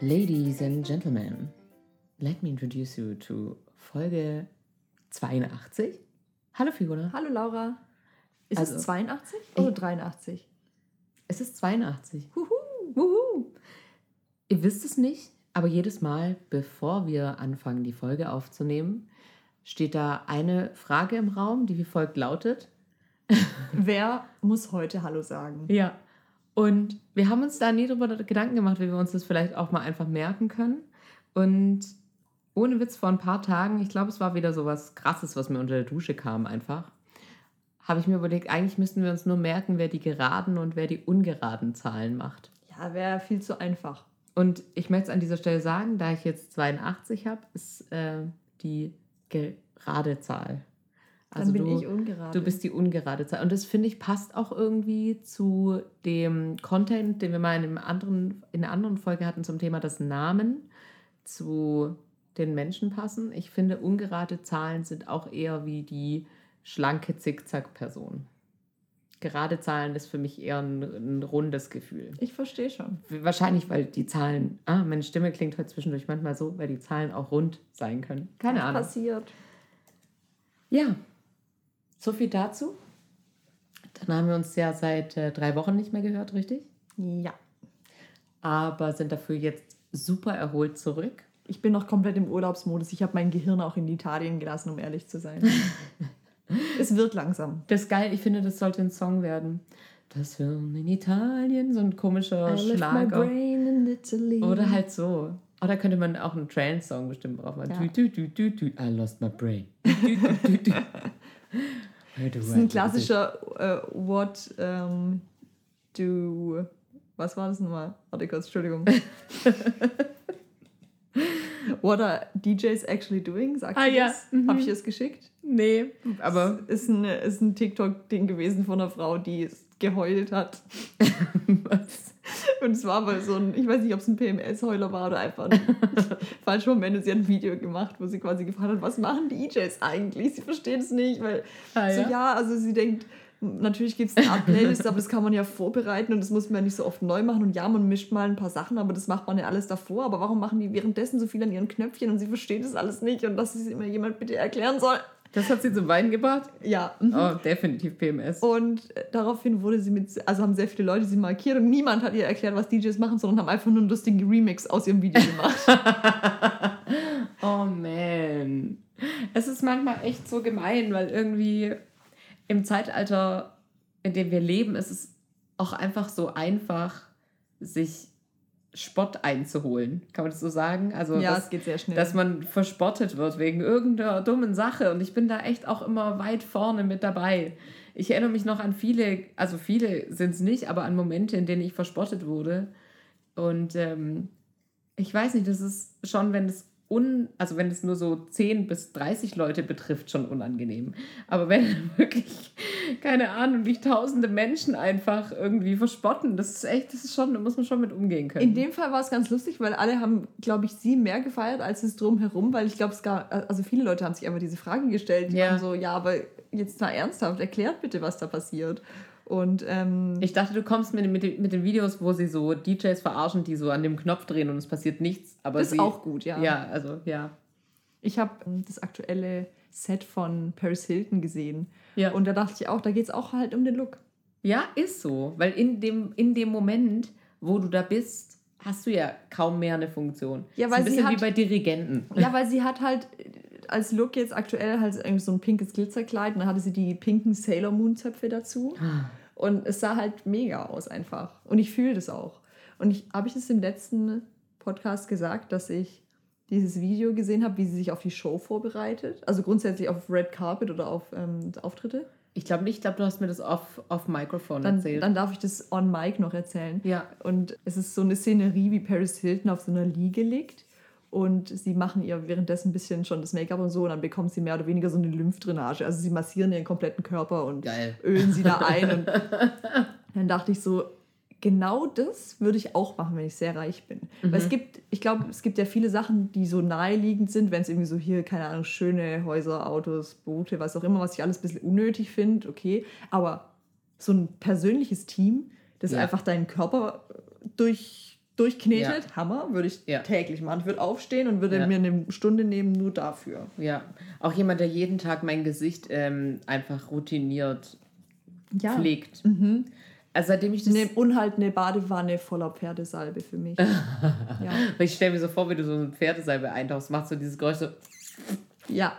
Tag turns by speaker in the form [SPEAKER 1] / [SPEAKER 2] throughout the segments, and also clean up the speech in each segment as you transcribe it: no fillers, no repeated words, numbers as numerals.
[SPEAKER 1] Ladies and gentlemen, let me introduce you to Folge 82. Hallo Fiona.
[SPEAKER 2] Hallo Laura. Ist es 82 oder 83?
[SPEAKER 1] Es ist 82.
[SPEAKER 2] Wuhu.
[SPEAKER 1] Ihr wisst es nicht, aber jedes Mal, bevor wir anfangen, die Folge aufzunehmen, steht da eine Frage im Raum, die wie folgt lautet.
[SPEAKER 2] Wer muss heute Hallo sagen?
[SPEAKER 1] Ja. Und wir haben uns da nie drüber Gedanken gemacht, wie wir uns das vielleicht auch mal einfach merken können. Und ohne Witz, vor ein paar Tagen, ich glaube, es war wieder so was Krasses, was mir unter der Dusche kam einfach, habe ich mir überlegt, eigentlich müssten wir uns nur merken, wer die geraden und wer die ungeraden Zahlen macht.
[SPEAKER 2] Ja, wäre viel zu einfach.
[SPEAKER 1] Und ich möchte es an dieser Stelle sagen, da ich jetzt 82 habe, ist die gerade Zahl.
[SPEAKER 2] Also dann bin ich ungerade.
[SPEAKER 1] Du bist die ungerade Zahl. Und das, finde ich, passt auch irgendwie zu dem Content, den wir mal in einer anderen Folge hatten zum Thema, dass Namen zu den Menschen passen. Ich finde, ungerade Zahlen sind auch eher wie die schlanke Zickzack-Person. Gerade Zahlen ist für mich eher ein rundes Gefühl.
[SPEAKER 2] Ich verstehe schon.
[SPEAKER 1] Wahrscheinlich, weil die Zahlen... meine Stimme klingt heute zwischendurch manchmal so, weil die Zahlen auch rund sein können. Keine Ahnung.
[SPEAKER 2] Passiert.
[SPEAKER 1] Ja, so viel dazu. Dann haben wir uns ja seit 3 Wochen nicht mehr gehört, richtig?
[SPEAKER 2] Ja.
[SPEAKER 1] Aber sind dafür jetzt super erholt zurück.
[SPEAKER 2] Ich bin noch komplett im Urlaubsmodus. Ich habe mein Gehirn auch in Italien gelassen, um ehrlich zu sein. Es wird langsam.
[SPEAKER 1] Das ist geil. Ich finde, das sollte ein Song werden. Das Hirn in Italien, so ein komischer Schlager.
[SPEAKER 2] My brain in Italy.
[SPEAKER 1] Oder halt so. Oder könnte man auch einen Trance-Song bestimmt drauf machen. Ja. I lost my brain.
[SPEAKER 2] Das ist ein klassischer was war das nochmal? Warte kurz, Entschuldigung. What are DJs actually doing? Sagst du das?
[SPEAKER 1] Ja.
[SPEAKER 2] Habe ich es geschickt?
[SPEAKER 1] Nee, aber...
[SPEAKER 2] Es ist ein TikTok-Ding gewesen von einer Frau, die geheult hat.
[SPEAKER 1] Was?
[SPEAKER 2] Und es war aber so ein, ich weiß nicht, ob es ein PMS-Heuler war oder einfach ein falscher Moment. Und sie hat ein Video gemacht, wo sie quasi gefragt hat, was machen DJs eigentlich? Sie versteht es nicht, weil also sie denkt, natürlich gibt es eine Art Playlist, aber das kann man ja vorbereiten und das muss man ja nicht so oft neu machen. Und ja, man mischt mal ein paar Sachen, aber das macht man ja alles davor. Aber warum machen die währenddessen so viel an ihren Knöpfchen und sie versteht das alles nicht und dass es immer jemand bitte erklären soll?
[SPEAKER 1] Das hat sie zum Weinen gebracht?
[SPEAKER 2] Ja.
[SPEAKER 1] Oh, definitiv PMS.
[SPEAKER 2] Und daraufhin wurde sie haben sehr viele Leute sie markiert und niemand hat ihr erklärt, was DJs machen, sondern haben einfach nur einen lustigen Remix aus ihrem Video gemacht.
[SPEAKER 1] Oh man. Es ist manchmal echt so gemein, weil irgendwie im Zeitalter, in dem wir leben, ist es auch einfach so einfach, sich Spott einzuholen. Kann man das so sagen? Also
[SPEAKER 2] ja, es geht sehr schnell.
[SPEAKER 1] Dass man verspottet wird wegen irgendeiner dummen Sache. Und ich bin da echt auch immer weit vorne mit dabei. Ich erinnere mich noch an viele sind es nicht, aber an Momente, in denen ich verspottet wurde. Und ich weiß nicht, das ist schon, wenn es nur so 10 bis 30 Leute betrifft, schon unangenehm. Aber wenn wirklich, keine Ahnung, wie tausende Menschen einfach irgendwie verspotten, da muss man schon mit umgehen können.
[SPEAKER 2] In dem Fall war es ganz lustig, weil alle haben, glaube ich, sie mehr gefeiert als es drumherum, weil ich glaube, viele Leute haben sich einfach diese Frage gestellt, die waren so, ja, aber jetzt mal ernsthaft, erklärt bitte, was da passiert. Und
[SPEAKER 1] ich dachte, du kommst mit den Videos, wo sie so DJs verarschen, die so an dem Knopf drehen und es passiert nichts. Aber
[SPEAKER 2] das ist auch gut, ja.
[SPEAKER 1] Ja, also, ja.
[SPEAKER 2] Ich habe das aktuelle Set von Paris Hilton gesehen.
[SPEAKER 1] Ja.
[SPEAKER 2] Und da dachte ich auch, da geht es auch halt um den Look.
[SPEAKER 1] Ja, ist so. Weil in dem Moment, wo du da bist, hast du ja kaum mehr eine Funktion. Ja, weil ist ein bisschen wie bei Dirigenten.
[SPEAKER 2] Ja, weil sie hat halt als Look jetzt aktuell halt irgendwie so ein pinkes Glitzerkleid und dann hatte sie die pinken Sailor Moon Zöpfe dazu. Und es sah halt mega aus einfach. Und ich fühle das auch. Und habe ich das im letzten Podcast gesagt, dass ich dieses Video gesehen habe, wie sie sich auf die Show vorbereitet? Also grundsätzlich auf Red Carpet oder auf Auftritte?
[SPEAKER 1] Ich glaube nicht. Ich glaube, du hast mir das off Mikrofon erzählt.
[SPEAKER 2] Dann darf ich das on Mic noch erzählen.
[SPEAKER 1] Ja.
[SPEAKER 2] Und es ist so eine Szenerie, wie Paris Hilton auf so einer Liege liegt. Und sie machen ihr währenddessen ein bisschen schon das Make-up und so. Und dann bekommt sie mehr oder weniger so eine Lymphdrainage. Also sie massieren ihren kompletten Körper und ölen sie da ein. Und dann dachte ich so, genau das würde ich auch machen, wenn ich sehr reich bin. Weil es gibt ja viele Sachen, die so naheliegend sind, wenn es irgendwie so hier, keine Ahnung, schöne Häuser, Autos, Boote, was auch immer, was ich alles ein bisschen unnötig finde, okay. Aber so ein persönliches Team, das einfach deinen Körper durchknetet, Hammer, würde ich täglich machen. Ich würde aufstehen und würde mir eine Stunde nehmen, nur dafür.
[SPEAKER 1] Ja, auch jemand, der jeden Tag mein Gesicht einfach routiniert pflegt. Also seitdem ich das...
[SPEAKER 2] Und halt eine Badewanne voller Pferdesalbe für mich. Ja.
[SPEAKER 1] Ich stelle mir so vor, wie du so eine Pferdesalbe eintauchst, machst du dieses Geräusch so...
[SPEAKER 2] Ja.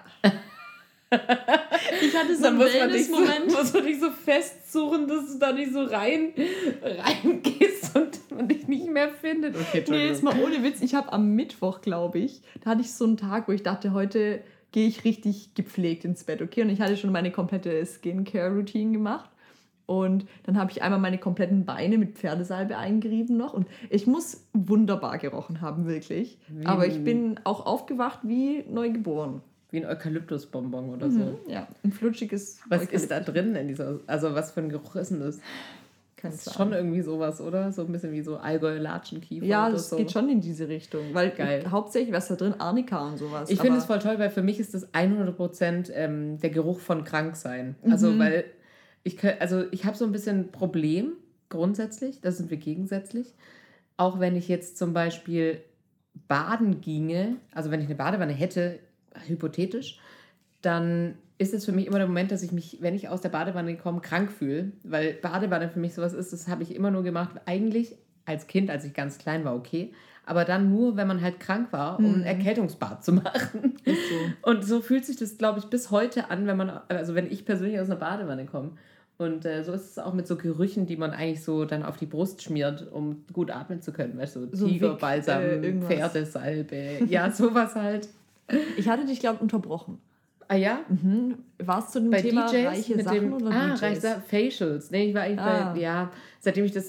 [SPEAKER 2] Ich hatte so einen
[SPEAKER 1] Wellness-Moment. Muss man dich so festsuchen, dass du da nicht so reingehst und man dich nicht mehr findet. Okay,
[SPEAKER 2] nee, jetzt mal ohne Witz. Ich habe am Mittwoch, glaube ich, da hatte ich so einen Tag, wo ich dachte, heute gehe ich richtig gepflegt ins Bett, okay? Und ich hatte schon meine komplette Skincare-Routine gemacht. Und dann habe ich einmal meine kompletten Beine mit Pferdesalbe eingerieben noch. Und ich muss wunderbar gerochen haben, wirklich. Aber ich bin auch aufgewacht wie neugeboren.
[SPEAKER 1] Wie ein Eukalyptusbonbon oder so.
[SPEAKER 2] Ja, ein flutschiges...
[SPEAKER 1] Was ist da drin in dieser... Also was für ein Geruch ist denn das? Das ist schon irgendwie sowas, oder? So ein bisschen wie so Allgäu-Latschenkiefer.
[SPEAKER 2] Ja, das geht schon in diese Richtung. Weil hauptsächlich, was da drin? Arnika und sowas.
[SPEAKER 1] Ich finde es voll toll, weil für mich ist das 100% der Geruch von Kranksein. Also, weil ich habe so ein bisschen Problem, grundsätzlich, da sind wir gegensätzlich. Auch wenn ich jetzt zum Beispiel baden ginge, also wenn ich eine Badewanne hätte, hypothetisch, dann ist es für mich immer der Moment, dass ich mich, wenn ich aus der Badewanne komme, krank fühle. Weil Badewanne für mich sowas ist, das habe ich immer nur gemacht, eigentlich als Kind, als ich ganz klein war, okay. Aber dann nur, wenn man halt krank war, um ein Erkältungsbad zu machen. Ist so. Und so fühlt sich das, glaube ich, bis heute an, wenn ich persönlich aus einer Badewanne komme. Und so ist es auch mit so Gerüchen, die man eigentlich so dann auf die Brust schmiert, um gut atmen zu können. Weißt du, so Tigerbalsam, Pferdesalbe, ja, sowas halt.
[SPEAKER 2] Ich hatte dich, glaube ich, unterbrochen.
[SPEAKER 1] Ah ja?
[SPEAKER 2] Warst du dem Thema DJs, reiche Sachen oder DJs?
[SPEAKER 1] Reiche Facials. Nee, ich war eigentlich seitdem ich das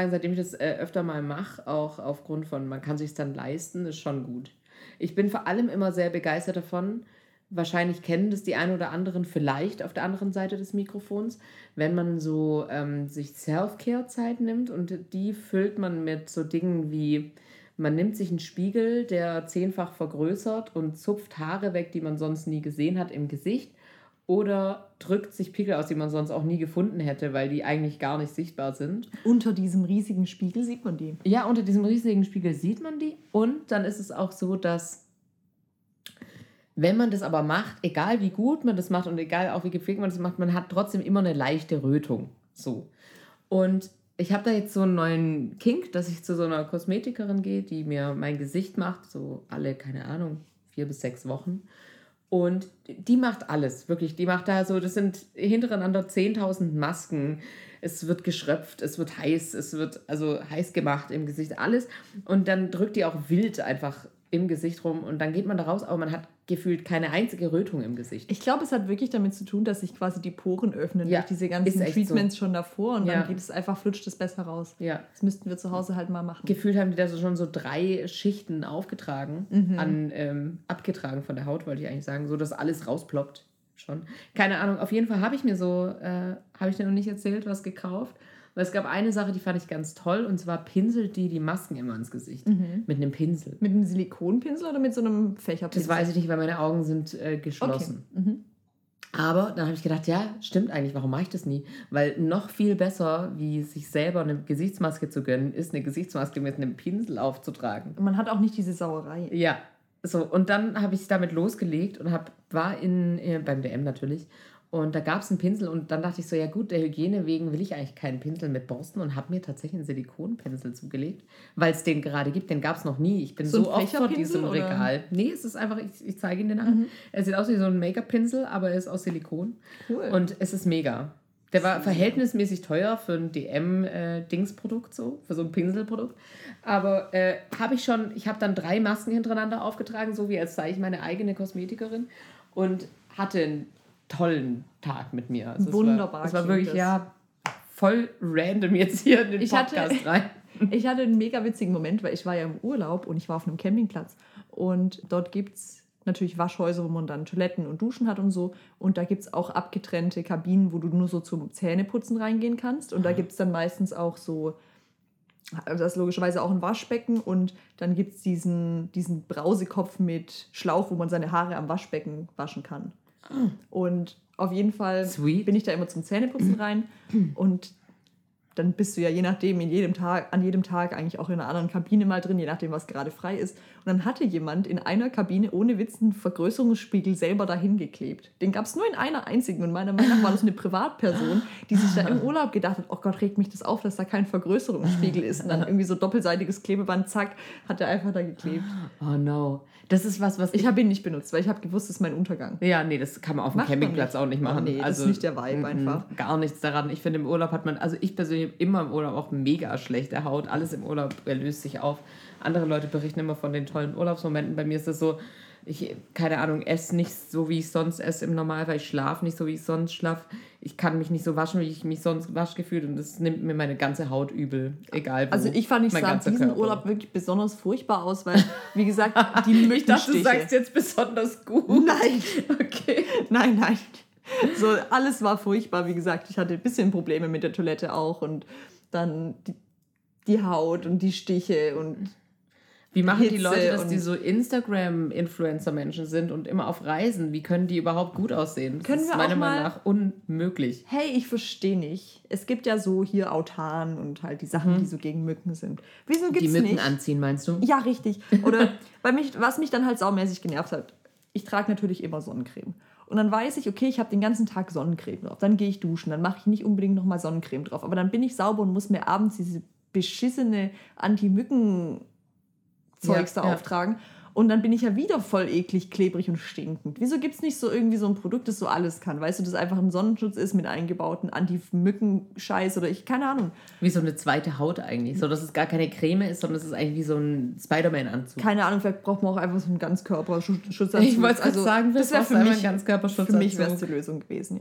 [SPEAKER 1] öfter mal mache, auch aufgrund von, man kann sich dann leisten, ist schon gut. Ich bin vor allem immer sehr begeistert davon, wahrscheinlich kennen das die einen oder anderen vielleicht auf der anderen Seite des Mikrofons, wenn man so sich Self-Care-Zeit nimmt und die füllt man mit so Dingen wie... Man nimmt sich einen Spiegel, der 10-fach vergrößert und zupft Haare weg, die man sonst nie gesehen hat im Gesicht. Oder drückt sich Pickel aus, die man sonst auch nie gefunden hätte, weil die eigentlich gar nicht sichtbar sind.
[SPEAKER 2] Unter diesem riesigen Spiegel sieht man die.
[SPEAKER 1] Ja, unter diesem riesigen Spiegel sieht man die. Und dann ist es auch so, dass wenn man das aber macht, egal wie gut man das macht und egal auch wie gepflegt man das macht, man hat trotzdem immer eine leichte Rötung. So. Und ich habe da jetzt so einen neuen Kink, dass ich zu so einer Kosmetikerin gehe, die mir mein Gesicht macht, so alle, keine Ahnung, 4 bis 6 Wochen. Und die macht alles, wirklich. Die macht da so, das sind hintereinander 10.000 Masken. Es wird geschröpft, es wird heiß, heiß gemacht im Gesicht, alles. Und dann drückt die auch wild einfach im Gesicht rum und dann geht man da raus, aber man hat gefühlt keine einzige Rötung im Gesicht.
[SPEAKER 2] Ich glaube, es hat wirklich damit zu tun, dass sich quasi die Poren öffnen durch diese ganzen Treatments schon davor und dann geht es einfach, flutscht es besser raus. Ja. Das müssten wir zu Hause halt mal machen.
[SPEAKER 1] Gefühlt haben die da so schon so 3 Schichten aufgetragen, abgetragen von der Haut, wollte ich eigentlich sagen, so dass alles rausploppt schon. Keine Ahnung, auf jeden Fall habe ich mir habe ich dir noch nicht erzählt, was gekauft. Weil es gab eine Sache, die fand ich ganz toll, und zwar pinselt die Masken immer ins Gesicht. Mit einem Pinsel.
[SPEAKER 2] Mit einem Silikonpinsel oder mit so einem Fächerpinsel?
[SPEAKER 1] Das weiß ich nicht, weil meine Augen sind geschlossen. Okay. Aber dann habe ich gedacht, ja, stimmt eigentlich, warum mache ich das nie? Weil noch viel besser, wie sich selber eine Gesichtsmaske zu gönnen, ist eine Gesichtsmaske mit einem Pinsel aufzutragen.
[SPEAKER 2] Und man hat auch nicht diese Sauerei.
[SPEAKER 1] Ja, so. Und dann habe ich damit losgelegt und war beim DM natürlich. Und da gab es einen Pinsel und dann dachte ich so, ja gut, der Hygiene wegen will ich eigentlich keinen Pinsel mit Borsten und habe mir tatsächlich einen Silikonpinsel zugelegt, weil es den gerade gibt. Den gab es noch nie. Ich bin so oft vor diesem Regal. Nee, es ist einfach, ich zeige ihn dir an. Er sieht aus wie so ein Make-up-Pinsel, aber er ist aus Silikon. Cool. Und es ist mega. Der war verhältnismäßig teuer für ein DM-Dings-Produkt, so, für so ein Pinselprodukt. Aber ich habe dann 3 Masken hintereinander aufgetragen, so wie als sei ich meine eigene Kosmetikerin und hatte einen tollen Tag mit mir. Also
[SPEAKER 2] wunderbar.
[SPEAKER 1] Es war wirklich, voll random jetzt hier in den Podcast rein.
[SPEAKER 2] Ich hatte einen mega witzigen Moment, weil ich war ja im Urlaub und ich war auf einem Campingplatz. Und dort gibt es natürlich Waschhäuser, wo man dann Toiletten und Duschen hat und so. Und da gibt es auch abgetrennte Kabinen, wo du nur so zum Zähneputzen reingehen kannst. Und da gibt es dann meistens auch so, das ist logischerweise auch ein Waschbecken. Und dann gibt es diesen Brausekopf mit Schlauch, wo man seine Haare am Waschbecken waschen kann. Und auf jeden Fall bin ich da immer zum Zähneputzen rein und dann bist du ja je nachdem an jedem Tag eigentlich auch in einer anderen Kabine mal drin, je nachdem, was gerade frei ist. Und dann hatte jemand in einer Kabine ohne Witz einen Vergrößerungsspiegel selber dahin geklebt. Den gab es nur in einer einzigen. Und meiner Meinung nach war das eine Privatperson, die sich da im Urlaub gedacht hat, oh Gott, regt mich das auf, dass da kein Vergrößerungsspiegel ist. Und dann irgendwie so doppelseitiges Klebeband, zack, hat er einfach da geklebt.
[SPEAKER 1] Oh no. Das ist was
[SPEAKER 2] ich habe ihn nicht benutzt, weil ich habe gewusst, das ist mein Untergang.
[SPEAKER 1] Ja, nee, das kann man auf dem Campingplatz auch nicht machen.
[SPEAKER 2] Oh, nee, das ist nicht der Vibe einfach.
[SPEAKER 1] Gar nichts daran. Ich finde, im Urlaub hat man, also ich persönlich habe immer im Urlaub auch mega schlechte Haut. Alles im Urlaub löst sich auf. Andere Leute berichten immer von den tollen Urlaubsmomenten. Bei mir ist das so, ich, keine Ahnung, esse nicht so, wie ich sonst esse im Normalfall. Ich schlafe nicht so, wie ich sonst schlafe. Ich kann mich nicht so waschen, wie ich mich sonst wasche gefühlt. Und das nimmt mir meine ganze Haut übel. Egal wo.
[SPEAKER 2] Also ich fand, ich sah diesen Körper. Urlaub wirklich besonders furchtbar aus, weil, wie gesagt, die Mückenstiche... Ich dachte,
[SPEAKER 1] du sagst jetzt besonders gut.
[SPEAKER 2] Nein.
[SPEAKER 1] Okay.
[SPEAKER 2] Nein. So, alles war furchtbar, wie gesagt. Ich hatte ein bisschen Probleme mit der Toilette auch. Und dann die Haut und die Stiche und...
[SPEAKER 1] Wie machen die Leute, dass die so Instagram-Influencer-Menschen sind und immer auf Reisen? Wie können die überhaupt gut aussehen? Das ist meiner Meinung nach unmöglich.
[SPEAKER 2] Hey, ich verstehe nicht. Es gibt ja so hier Autan und halt die Sachen, die so gegen Mücken sind. Wieso gibt's nicht?
[SPEAKER 1] Die Mücken anziehen, meinst du?
[SPEAKER 2] Ja, richtig. Oder was mich dann halt saumäßig genervt hat, ich trage natürlich immer Sonnencreme. Und dann weiß ich, okay, ich habe den ganzen Tag Sonnencreme drauf. Dann gehe ich duschen, dann mache ich nicht unbedingt nochmal Sonnencreme drauf. Aber dann bin ich sauber und muss mir abends diese beschissene Anti-Mücken- Zeugs da auftragen. Und dann bin ich ja wieder voll eklig, klebrig und stinkend. Wieso gibt es nicht so irgendwie so ein Produkt, das so alles kann? Weißt du, das einfach ein Sonnenschutz ist mit eingebauten Anti-Mücken-Scheiß oder keine Ahnung.
[SPEAKER 1] Wie so eine zweite Haut eigentlich. So, dass es gar keine Creme ist, sondern es ist eigentlich wie so ein Spider-Man-Anzug.
[SPEAKER 2] Keine Ahnung, vielleicht braucht man auch einfach so einen Ganzkörperschutzanzug.
[SPEAKER 1] Ich wollte es sagen,
[SPEAKER 2] das wäre für mich
[SPEAKER 1] ein Ganzkörperschutzanzug.
[SPEAKER 2] Für mich wäre es die Lösung gewesen,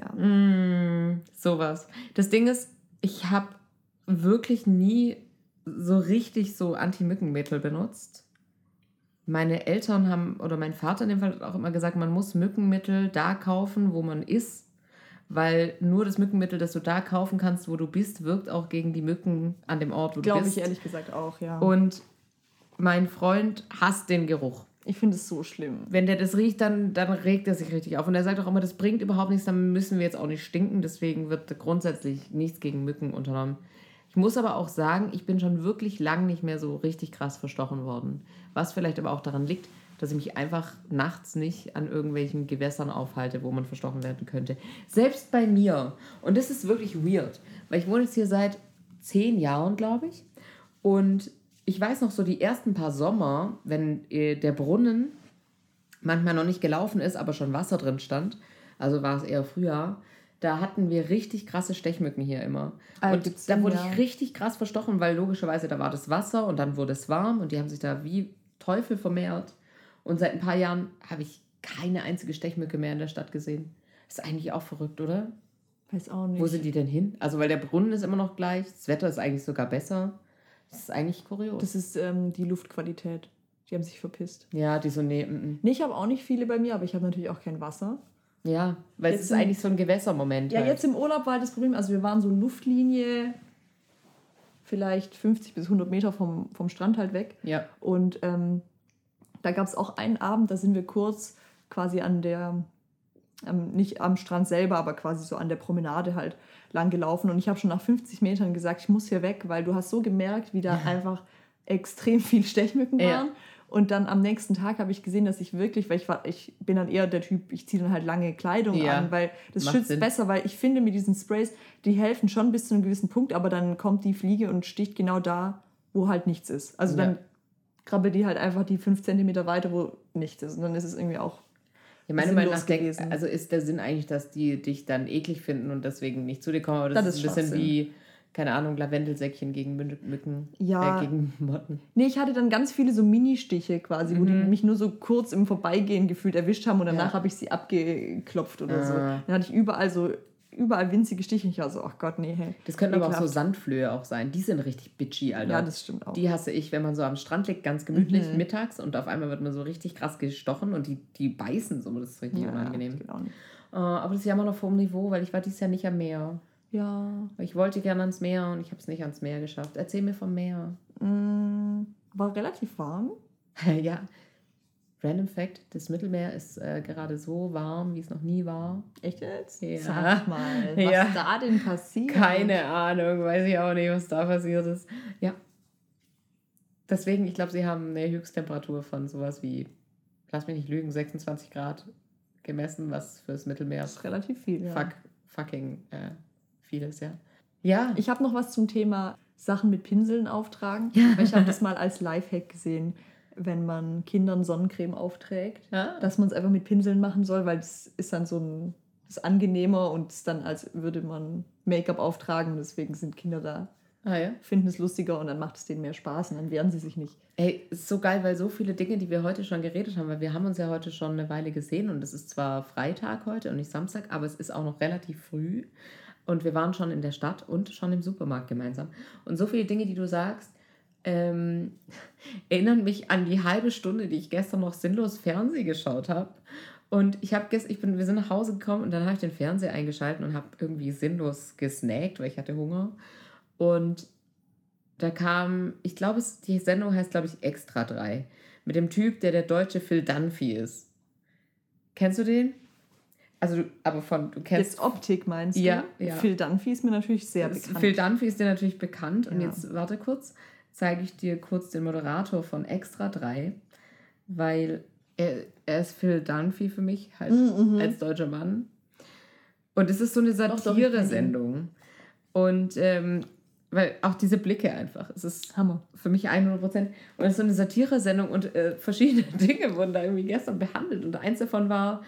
[SPEAKER 2] ja.
[SPEAKER 1] Sowas. Das Ding ist, ich habe wirklich nie so richtig so Anti-Mückenmittel benutzt. Meine Eltern haben, oder mein Vater in dem Fall hat auch immer gesagt, man muss Mückenmittel da kaufen, wo man ist, weil nur das Mückenmittel, das du da kaufen kannst, wo du bist, wirkt auch gegen die Mücken an dem Ort, wo du bist.
[SPEAKER 2] Glaube ich ehrlich gesagt auch, ja.
[SPEAKER 1] Und mein Freund hasst den Geruch.
[SPEAKER 2] Ich finde es so schlimm.
[SPEAKER 1] Wenn der das riecht, dann regt er sich richtig auf. Und er sagt auch immer, das bringt überhaupt nichts, dann müssen wir jetzt auch nicht stinken, deswegen wird grundsätzlich nichts gegen Mücken unternommen. Ich muss aber auch sagen, ich bin schon wirklich lang nicht mehr so richtig krass verstochen worden. Was vielleicht aber auch daran liegt, dass ich mich einfach nachts nicht an irgendwelchen Gewässern aufhalte, wo man verstochen werden könnte. Selbst bei mir. Und das ist wirklich weird, weil ich wohne jetzt hier seit 10 Jahren, glaube ich. Und ich weiß noch so die ersten paar Sommer, wenn der Brunnen manchmal noch nicht gelaufen ist, aber schon Wasser drin stand, also war es eher Frühjahr, da hatten wir richtig krasse Stechmücken hier immer. Und da wurde ich richtig krass verstochen, weil logischerweise da war das Wasser und dann wurde es warm und die haben sich da wie Teufel vermehrt. Und seit ein paar Jahren habe ich keine einzige Stechmücke mehr in der Stadt gesehen. Das ist eigentlich auch verrückt, oder?
[SPEAKER 2] Weiß auch nicht.
[SPEAKER 1] Wo sind die denn hin? Also weil der Brunnen ist immer noch gleich, das Wetter ist eigentlich sogar besser. Das ist eigentlich kurios.
[SPEAKER 2] Das ist die Luftqualität. Die haben sich verpisst.
[SPEAKER 1] Ja, die so, nee.
[SPEAKER 2] Nee, ich habe auch nicht viele bei mir, aber ich habe natürlich auch kein Wasser.
[SPEAKER 1] Ja, weil es ist eigentlich so ein Gewässermoment.
[SPEAKER 2] Ja, halt. Jetzt im Urlaub war das Problem, also wir waren so Luftlinie vielleicht 50 bis 100 Meter vom Strand halt weg.
[SPEAKER 1] Ja.
[SPEAKER 2] Und da gab es auch einen Abend, da sind wir kurz quasi nicht am Strand selber, aber quasi so an der Promenade halt lang gelaufen. Und ich habe schon nach 50 Metern gesagt, ich muss hier weg, weil du hast so gemerkt, wie da einfach extrem viel Stechmücken waren. Ja. Und dann am nächsten Tag habe ich gesehen, dass ich wirklich, weil ich bin dann eher der Typ, ich ziehe dann halt lange Kleidung an, weil das schützt Sinn. Besser, weil ich finde mit diesen Sprays, die helfen schon bis zu einem gewissen Punkt, aber dann kommt die Fliege und sticht genau da, wo halt nichts ist. Also dann krabbelt die halt einfach die 5 Zentimeter weiter, wo nichts ist. Und dann ist es irgendwie auch
[SPEAKER 1] ja, meine Meinung nach also ist der Sinn eigentlich, dass die dich dann eklig finden und deswegen nicht zu dir kommen, aber das ist ein bisschen wie, keine Ahnung, Lavendelsäckchen gegen Mücken, gegen Motten.
[SPEAKER 2] Nee, ich hatte dann ganz viele so Mini-Stiche quasi, wo die mich nur so kurz im Vorbeigehen gefühlt erwischt haben und danach habe ich sie abgeklopft oder so. Dann hatte ich überall winzige Stiche. Ich war so, ach Gott, nee, hey.
[SPEAKER 1] Das könnten aber auch so Sandflöhe auch sein. Die sind richtig bitchy, Alter.
[SPEAKER 2] Ja, das stimmt auch.
[SPEAKER 1] Die hasse ich, wenn man so am Strand liegt, ganz gemütlich mittags und auf einmal wird man so richtig krass gestochen und die beißen so. Das ist richtig unangenehm. Das geht auch nicht. Aber das ist ja immer noch vom Niveau, weil ich war dieses Jahr nicht am Meer.
[SPEAKER 2] Ja.
[SPEAKER 1] Ich wollte gerne ans Meer und ich habe es nicht ans Meer geschafft. Erzähl mir vom Meer.
[SPEAKER 2] War relativ warm.
[SPEAKER 1] Ja. Random Fact, das Mittelmeer ist gerade so warm, wie es noch nie war.
[SPEAKER 2] Echt jetzt?
[SPEAKER 1] Ja.
[SPEAKER 2] Sag mal, was da denn passiert?
[SPEAKER 1] Keine Ahnung, weiß ich auch nicht, was da passiert ist. Ja. Deswegen, ich glaube, sie haben eine Höchsttemperatur von sowas wie, lass mich nicht lügen, 26 Grad gemessen, was fürs Mittelmeer
[SPEAKER 2] das ist relativ viel, ja.
[SPEAKER 1] Fucking viel ist, ja. Ja.
[SPEAKER 2] Ich habe noch was zum Thema Sachen mit Pinseln auftragen. Weil ich habe das mal als Lifehack gesehen, wenn man Kindern Sonnencreme aufträgt, dass man es einfach mit Pinseln machen soll, weil das ist dann das ist angenehmer und es ist dann, als würde man Make-up auftragen. Und deswegen sind Kinder da, finden es lustiger und dann macht es denen mehr Spaß und dann wehren sie sich nicht.
[SPEAKER 1] Ey, ist so geil, weil so viele Dinge, die wir heute schon geredet haben, weil wir haben uns ja heute schon eine Weile gesehen und es ist zwar Freitag heute und nicht Samstag, aber es ist auch noch relativ früh und wir waren schon in der Stadt und schon im Supermarkt gemeinsam. Und so viele Dinge, die du sagst, erinnern mich an die halbe Stunde, die ich gestern noch sinnlos Fernsehen geschaut habe. Und wir sind nach Hause gekommen und dann habe ich den Fernseher eingeschaltet und habe irgendwie sinnlos gesnackt, weil ich hatte Hunger. Und da kam, ich glaube, die Sendung heißt, glaube ich, Extra 3. Mit dem Typ, der deutsche Phil Dunphy ist. Kennst du den? Also, aber du kennst...
[SPEAKER 2] Jetzt Optik meinst du?
[SPEAKER 1] Ja.
[SPEAKER 2] Phil Dunphy ist mir natürlich sehr bekannt.
[SPEAKER 1] Phil Dunphy ist dir natürlich bekannt. Und jetzt, warte kurz, zeige ich dir kurz den Moderator von Extra 3, weil er ist Phil Dunphy für mich, halt als deutscher Mann. Und es ist so eine Satire-Sendung. Und weil auch diese Blicke einfach, es ist
[SPEAKER 2] Hammer.
[SPEAKER 1] Für mich 100%. Und es ist so eine Satire-Sendung und verschiedene Dinge wurden da irgendwie gestern behandelt. Und eins davon war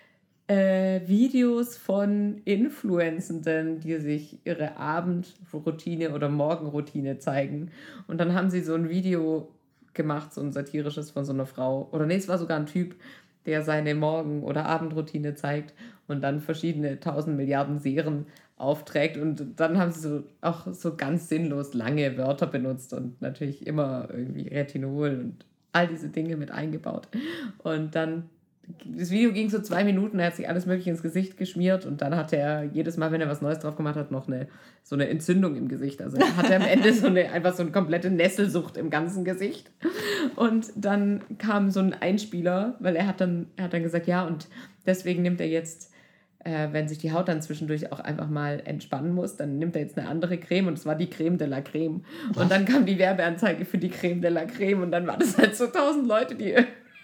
[SPEAKER 1] Videos von Influencenden, die sich ihre Abendroutine oder Morgenroutine zeigen. Und dann haben sie so ein Video gemacht, so ein satirisches von so einer Frau. Oder nee, es war sogar ein Typ, der seine Morgen- oder Abendroutine zeigt und dann verschiedene 1000 Milliarden Serien aufträgt. Und dann haben sie auch so ganz sinnlos lange Wörter benutzt und natürlich immer irgendwie Retinol und all diese Dinge mit eingebaut. Und dann das Video ging so 2 Minuten, er hat sich alles Mögliche ins Gesicht geschmiert und dann hatte er jedes Mal, wenn er was Neues drauf gemacht hat, noch so eine Entzündung im Gesicht. Also er hatte am Ende einfach so eine komplette Nesselsucht im ganzen Gesicht. Und dann kam so ein Einspieler, weil er hat dann gesagt, ja, und deswegen nimmt er jetzt, wenn sich die Haut dann zwischendurch auch einfach mal entspannen muss, dann nimmt er jetzt eine andere Creme und es war die Creme de la Creme. Und dann kam die Werbeanzeige für die Creme de la Creme und dann war das halt so 1000 Leute, die...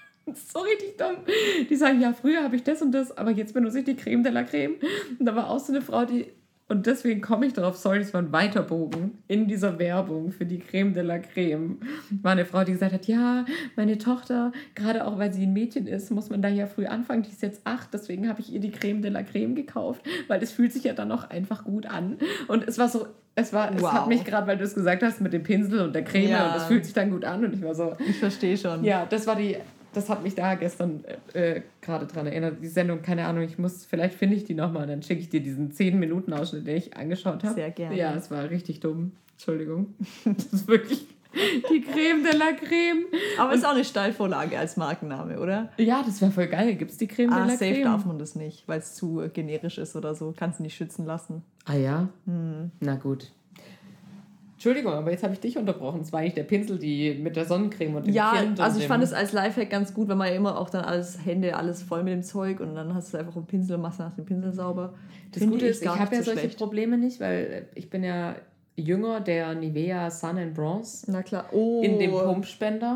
[SPEAKER 1] so richtig dumm. Die sagen, ja, früher habe ich das und das, aber jetzt benutze ich die Creme de la Creme. Und da war auch so eine Frau, und deswegen komme ich darauf, sorry, das war ein Weiterbogen in dieser Werbung für die Creme de la Creme. War eine Frau, die gesagt hat, ja, meine Tochter, gerade auch weil sie ein Mädchen ist, muss man da ja früh anfangen, die ist jetzt 8, deswegen habe ich ihr die Creme de la Creme gekauft, weil es fühlt sich ja dann auch einfach gut an. Und es war so, es hat mich gerade, weil du es gesagt hast, mit dem Pinsel und der Creme und es fühlt sich dann gut an und ich war so...
[SPEAKER 2] Ich verstehe schon.
[SPEAKER 1] Ja, das hat mich da gestern gerade dran erinnert. Die Sendung, keine Ahnung, vielleicht finde ich die nochmal, dann schicke ich dir diesen 10-Minuten-Ausschnitt, den ich angeschaut habe.
[SPEAKER 2] Sehr gerne.
[SPEAKER 1] Ja, es war richtig dumm. Entschuldigung. Das ist wirklich die Creme de la Creme.
[SPEAKER 2] Aber ist auch eine Steilvorlage als Markenname, oder?
[SPEAKER 1] Ja, das wäre voll geil. Gibt es die Creme de la Creme?
[SPEAKER 2] Safe darf man das nicht, weil es zu generisch ist oder so. Kannst du nicht schützen lassen.
[SPEAKER 1] Ah ja? Na gut. Entschuldigung, aber jetzt habe ich dich unterbrochen. Es war eigentlich der Pinsel, die mit der Sonnencreme und dem Kind.
[SPEAKER 2] Ja, also ich fand es als Lifehack ganz gut, wenn man ja immer auch dann alles voll mit dem Zeug und dann hast du einfach einen Pinsel und machst nach dem Pinsel sauber.
[SPEAKER 1] Das Gute ist, ich habe ja solche Probleme nicht, weil ich bin ja jünger, der Nivea Sun and Bronze.
[SPEAKER 2] Na klar.
[SPEAKER 1] In dem Pumpspender.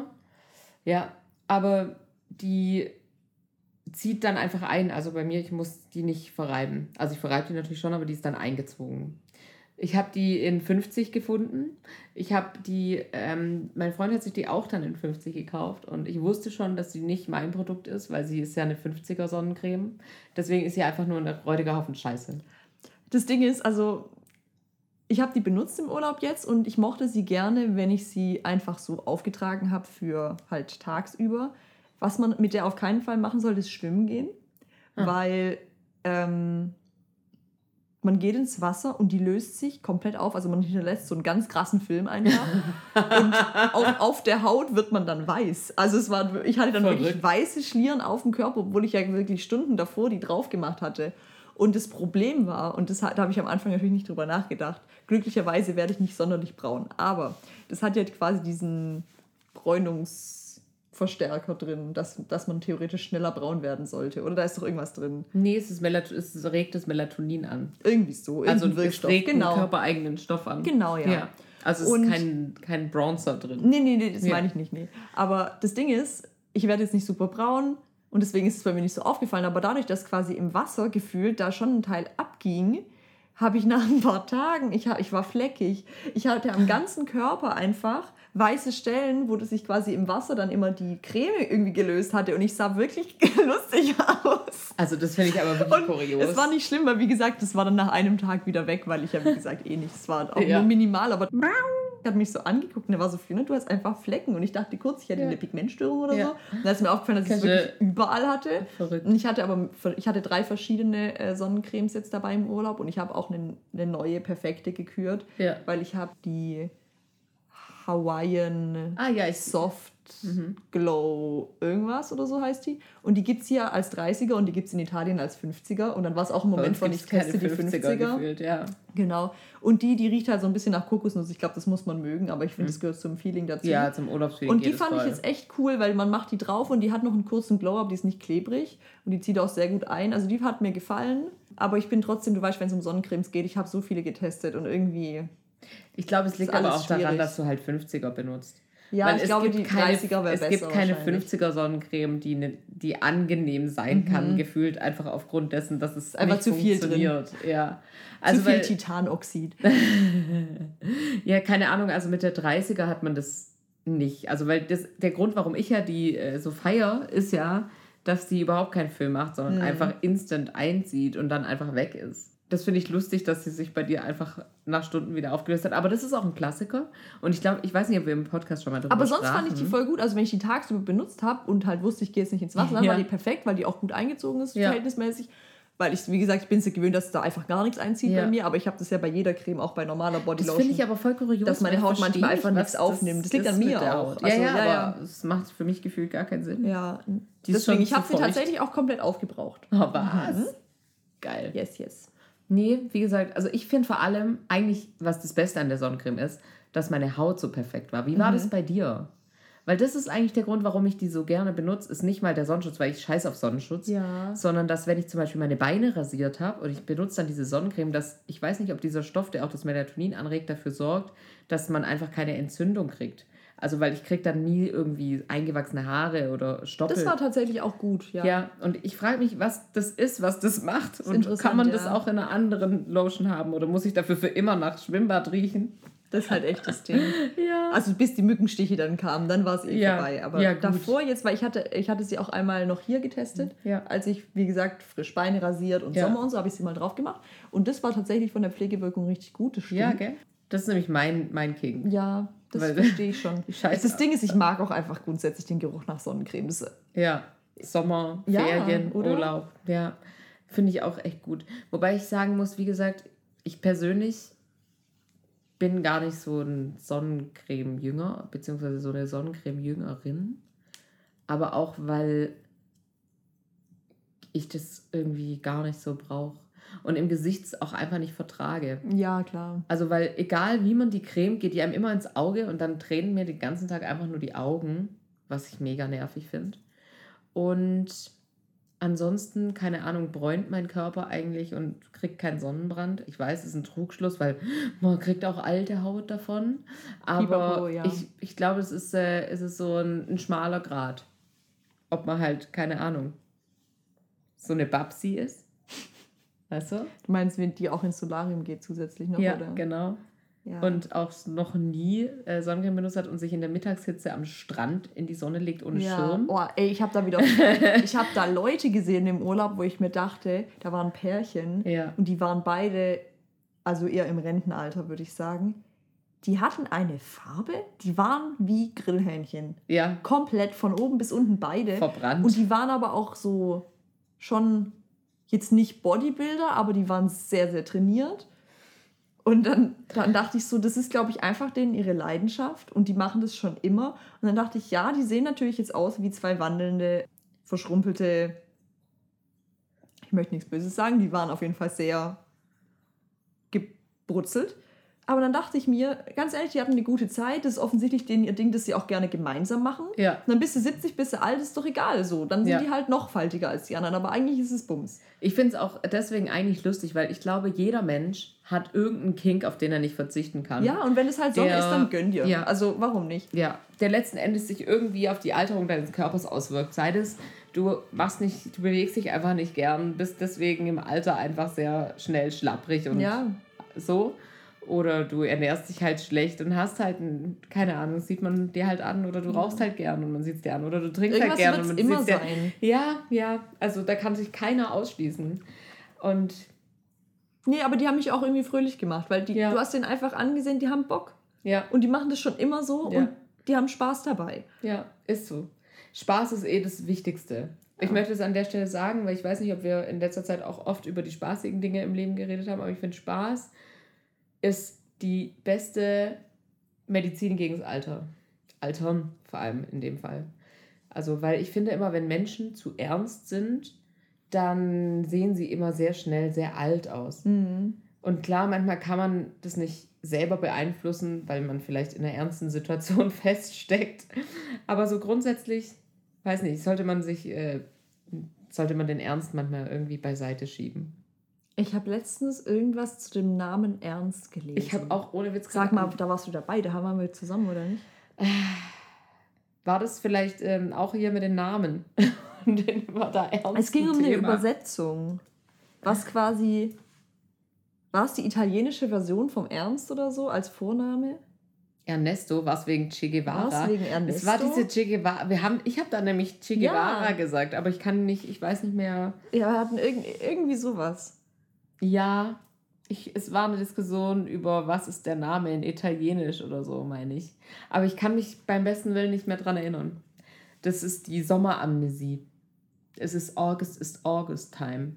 [SPEAKER 1] Ja, aber die zieht dann einfach ein. Also bei mir, ich muss die nicht verreiben. Also ich verreibe die natürlich schon, aber die ist dann eingezogen. Ich habe die in 50 gefunden. Ich habe mein Freund hat sich die auch dann in 50 gekauft und ich wusste schon, dass sie nicht mein Produkt ist, weil sie ist ja eine 50er Sonnencreme. Deswegen ist sie einfach nur ein räudiger Haufen Scheiße.
[SPEAKER 2] Das Ding ist, also ich habe die benutzt im Urlaub jetzt und ich mochte sie gerne, wenn ich sie einfach so aufgetragen habe für halt tagsüber. Was man mit der auf keinen Fall machen soll, ist schwimmen gehen, weil man geht ins Wasser und die löst sich komplett auf. Also man hinterlässt so einen ganz krassen Film einfach. Und auf der Haut wird man dann weiß. Also ich hatte dann wirklich weiße Schlieren auf dem Körper, obwohl ich ja wirklich Stunden davor die drauf gemacht hatte. Und das Problem war, und da habe ich am Anfang natürlich nicht drüber nachgedacht, glücklicherweise werde ich nicht sonderlich braun. Aber das hat ja quasi diesen Verstärker drin, dass man theoretisch schneller braun werden sollte. Oder da ist doch irgendwas drin.
[SPEAKER 1] Nee, es regt das Melatonin an.
[SPEAKER 2] Irgendwie so. Also
[SPEAKER 1] es regt einen körpereigenen Stoff an.
[SPEAKER 2] Genau, ja.
[SPEAKER 1] Also es ist kein Bronzer drin.
[SPEAKER 2] Nee, das meine ich nicht. Nee. Aber das Ding ist, ich werde jetzt nicht super braun und deswegen ist es bei mir nicht so aufgefallen. Aber dadurch, dass quasi im Wasser gefühlt da schon ein Teil abging, habe ich nach ein paar Tagen, ich war fleckig. Ich hatte am ganzen Körper einfach weiße Stellen, wo das sich quasi im Wasser dann immer die Creme irgendwie gelöst hatte und ich sah wirklich lustig aus.
[SPEAKER 1] Also das finde ich aber wirklich kurios.
[SPEAKER 2] Es war nicht schlimm, weil wie gesagt, das war dann nach einem Tag wieder weg, weil ich ja wie gesagt nicht, es war auch nur minimal, aber hat mich so angeguckt und er war so viel, du hast einfach Flecken und ich dachte kurz, ich hätte eine Pigmentstörung oder so. Und dann ist mir aufgefallen, dass ich es wirklich überall hatte.
[SPEAKER 1] Verrückt.
[SPEAKER 2] Und ich hatte 3 verschiedene Sonnencremes jetzt dabei im Urlaub und ich habe auch eine neue perfekte gekürt, weil ich habe die Hawaiian Soft Glow irgendwas oder so heißt die. Und die gibt es hier als 30er und die gibt es in Italien als 50er. Und dann war es auch ein Moment von, ich teste die 50er.
[SPEAKER 1] Gefühlt, ja.
[SPEAKER 2] Genau. Und die riecht halt so ein bisschen nach Kokosnuss. Ich glaube, das muss man mögen, aber ich finde, das gehört zum Feeling dazu.
[SPEAKER 1] Ja, zum Urlaubsfeeling.
[SPEAKER 2] Und die fand ich jetzt echt cool, weil man macht die drauf und die hat noch einen kurzen Glow-Up, die ist nicht klebrig und die zieht auch sehr gut ein. Also die hat mir gefallen. Aber ich bin trotzdem, du weißt, wenn es um Sonnencremes geht, ich habe so viele getestet und irgendwie...
[SPEAKER 1] Ich glaube, es liegt aber auch daran, dass du halt 50er benutzt.
[SPEAKER 2] Ja, weil ich glaube, die 30er wäre besser.
[SPEAKER 1] Es gibt keine 50er Sonnencreme, die angenehm sein kann, gefühlt einfach aufgrund dessen, dass es
[SPEAKER 2] einfach
[SPEAKER 1] nicht
[SPEAKER 2] zu viel
[SPEAKER 1] funktioniert.
[SPEAKER 2] Drin.
[SPEAKER 1] Ja. Also
[SPEAKER 2] zu viel Titanoxid.
[SPEAKER 1] Ja, keine Ahnung, also mit der 30er hat man das nicht. Also weil der Grund, warum ich ja die so feier, ist ja, dass die überhaupt keinen Film macht, sondern einfach instant einzieht und dann einfach weg ist. Das finde ich lustig, dass sie sich bei dir einfach nach Stunden wieder aufgelöst hat. Aber das ist auch ein Klassiker. Und ich weiß nicht, ob wir im Podcast schon mal drüber
[SPEAKER 2] sprachen. Aber sonst
[SPEAKER 1] fand
[SPEAKER 2] ich die voll gut. Also wenn ich die tagsüber benutzt habe und halt wusste, ich gehe jetzt nicht ins Wasser, dann war die perfekt, weil die auch gut eingezogen ist, verhältnismäßig. Weil ich, wie gesagt, ich bin es gewöhnt, dass da einfach gar nichts einzieht bei mir. Aber ich habe das ja bei jeder Creme, auch bei normaler Bodylotion.
[SPEAKER 1] Das finde ich aber voll kurios.
[SPEAKER 2] Dass meine Haut manchmal einfach nichts aufnimmt. Das liegt an mir auch.
[SPEAKER 1] Also, aber es macht für mich gefühlt gar keinen Sinn.
[SPEAKER 2] Ja, deswegen, ich habe sie tatsächlich auch komplett aufgebraucht.
[SPEAKER 1] Oh, was? Geil.
[SPEAKER 2] Yes.
[SPEAKER 1] Nee, wie gesagt, also ich finde vor allem eigentlich, was das Beste an der Sonnencreme ist, dass meine Haut so perfekt war. Wie war das bei dir? Weil das ist eigentlich der Grund, warum ich die so gerne benutze, ist nicht mal der Sonnenschutz, weil ich scheiße auf Sonnenschutz, sondern dass, wenn ich zum Beispiel meine Beine rasiert habe und ich benutze dann diese Sonnencreme, dass ich weiß nicht, ob dieser Stoff, der auch das Melatonin anregt, dafür sorgt, dass man einfach keine Entzündung kriegt. Also, weil ich kriege dann nie irgendwie eingewachsene Haare oder Stoppel.
[SPEAKER 2] Das war tatsächlich auch gut, ja.
[SPEAKER 1] Ja, und ich frage mich, was das ist, was das macht. Und kann man das auch in einer anderen Lotion haben? Oder muss ich dafür für immer nach Schwimmbad riechen?
[SPEAKER 2] Das ist halt echt das Ding. Also bis die Mückenstiche dann kamen, dann war es vorbei. Aber davor jetzt, weil ich hatte sie auch einmal noch hier getestet, als ich, wie gesagt, frisch Beine rasiert und Sommer und so, habe ich sie mal drauf gemacht. Und das war tatsächlich von der Pflegewirkung richtig gut, das stimmt.
[SPEAKER 1] Ja, gell? Das ist nämlich mein King.
[SPEAKER 2] Ja, das verstehe ich schon. Das Ding ist, ich mag auch einfach grundsätzlich den Geruch nach Sonnencreme.
[SPEAKER 1] Sommer, Ferien, Urlaub. Ja, finde ich auch echt gut. Wobei ich sagen muss, wie gesagt, ich persönlich bin gar nicht so ein Sonnencreme-Jünger, beziehungsweise so eine Sonnencreme-Jüngerin. Aber auch, weil ich das irgendwie gar nicht so brauche. Und im Gesicht auch einfach nicht vertrage.
[SPEAKER 2] Ja, klar.
[SPEAKER 1] Also, weil egal wie man die Creme, geht die einem immer ins Auge und dann tränen mir den ganzen Tag einfach nur die Augen, was ich mega nervig finde. Und ansonsten, keine Ahnung, bräunt mein Körper eigentlich und kriegt keinen Sonnenbrand. Ich weiß, es ist ein Trugschluss, weil man kriegt auch alte Haut davon. Aber ich glaube, es ist so ein schmaler Grat. Ob man halt, keine Ahnung, so eine Babsi ist. Weißt du?
[SPEAKER 2] Du meinst, wenn die auch ins Solarium geht zusätzlich noch,
[SPEAKER 1] ja,
[SPEAKER 2] oder?
[SPEAKER 1] Genau. Ja. Und auch noch nie Sonnencreme benutzt hat und sich in der Mittagshitze am Strand in die Sonne legt ohne Schirm.
[SPEAKER 2] Oh, ey, ich habe da Leute gesehen im Urlaub, wo ich mir dachte, da waren Pärchen und die waren beide, also eher im Rentenalter, würde ich sagen. Die hatten eine Farbe, die waren wie Grillhähnchen. Ja. Komplett von oben bis unten beide.
[SPEAKER 1] Verbrannt.
[SPEAKER 2] Und die waren aber auch so schon... Jetzt nicht Bodybuilder, aber die waren sehr, sehr trainiert. Und dann dachte ich so, das ist, glaube ich, einfach denen ihre Leidenschaft. Und die machen das schon immer. Und dann dachte ich, ja, die sehen natürlich jetzt aus wie 2 wandelnde, verschrumpelte, ich möchte nichts Böses sagen, die waren auf jeden Fall sehr gebrutzelt. Aber dann dachte ich mir, ganz ehrlich, die hatten eine gute Zeit. Das ist offensichtlich denen ihr Ding, das sie auch gerne gemeinsam machen. Ja. Und dann bist du 70, bist du alt, ist doch egal so. Dann sind die halt noch faltiger als die anderen. Aber eigentlich ist es Bums.
[SPEAKER 1] Ich finde es auch deswegen eigentlich lustig, weil ich glaube, jeder Mensch hat irgendeinen Kink, auf den er nicht verzichten kann.
[SPEAKER 2] Ja, und wenn es halt Sonne ist, dann gönn dir.
[SPEAKER 1] Ja.
[SPEAKER 2] Also warum nicht?
[SPEAKER 1] Ja, der letzten Endes sich irgendwie auf die Alterung deines Körpers auswirkt. Sei das, du bewegst dich einfach nicht gern, bist deswegen im Alter einfach sehr schnell schlapprig und so. Oder du ernährst dich halt schlecht und hast halt, keine Ahnung, sieht man dir halt an oder du rauchst halt gern und man sieht es dir an oder du trinkst halt gern und man sieht es dir an. Ja, also da kann sich keiner ausschließen. Und
[SPEAKER 2] nee, aber die haben mich auch irgendwie fröhlich gemacht, weil du hast denen einfach angesehen, die haben Bock. Ja. Und die machen das schon immer so und die haben Spaß dabei.
[SPEAKER 1] Ja, ist so. Spaß ist das Wichtigste. Ich möchte es an der Stelle sagen, weil ich weiß nicht, ob wir in letzter Zeit auch oft über die spaßigen Dinge im Leben geredet haben, aber ich finde, Spaß ist die beste Medizin gegen das Alter. Altern vor allem in dem Fall. Also, weil ich finde immer, wenn Menschen zu ernst sind, dann sehen sie immer sehr schnell sehr alt aus. Mhm. Und klar, manchmal kann man das nicht selber beeinflussen, weil man vielleicht in einer ernsten Situation feststeckt. Aber so grundsätzlich, weiß nicht, sollte man den Ernst manchmal irgendwie beiseite schieben.
[SPEAKER 2] Ich habe letztens irgendwas zu dem Namen Ernst gelesen.
[SPEAKER 1] Ich habe auch ohne Witz
[SPEAKER 2] gesagt. Sag mal, da warst du dabei, da haben wir zusammen, oder nicht?
[SPEAKER 1] War das vielleicht auch hier mit den Namen? War da Ernst
[SPEAKER 2] es ging um eine Übersetzung. Was quasi... War es die italienische Version vom Ernst oder so als Vorname?
[SPEAKER 1] Ernesto, war es wegen Che Guevara? War es wegen Ernesto? Es war diese Che Guevara. Ich habe da nämlich Che Guevara gesagt, aber ich weiß nicht mehr.
[SPEAKER 2] Ja, wir hatten irgendwie sowas.
[SPEAKER 1] Ja, es war eine Diskussion über, was ist der Name in Italienisch oder so, meine ich. Aber ich kann mich beim besten Willen nicht mehr dran erinnern. Das ist die Sommeramnesie. Es ist August Time.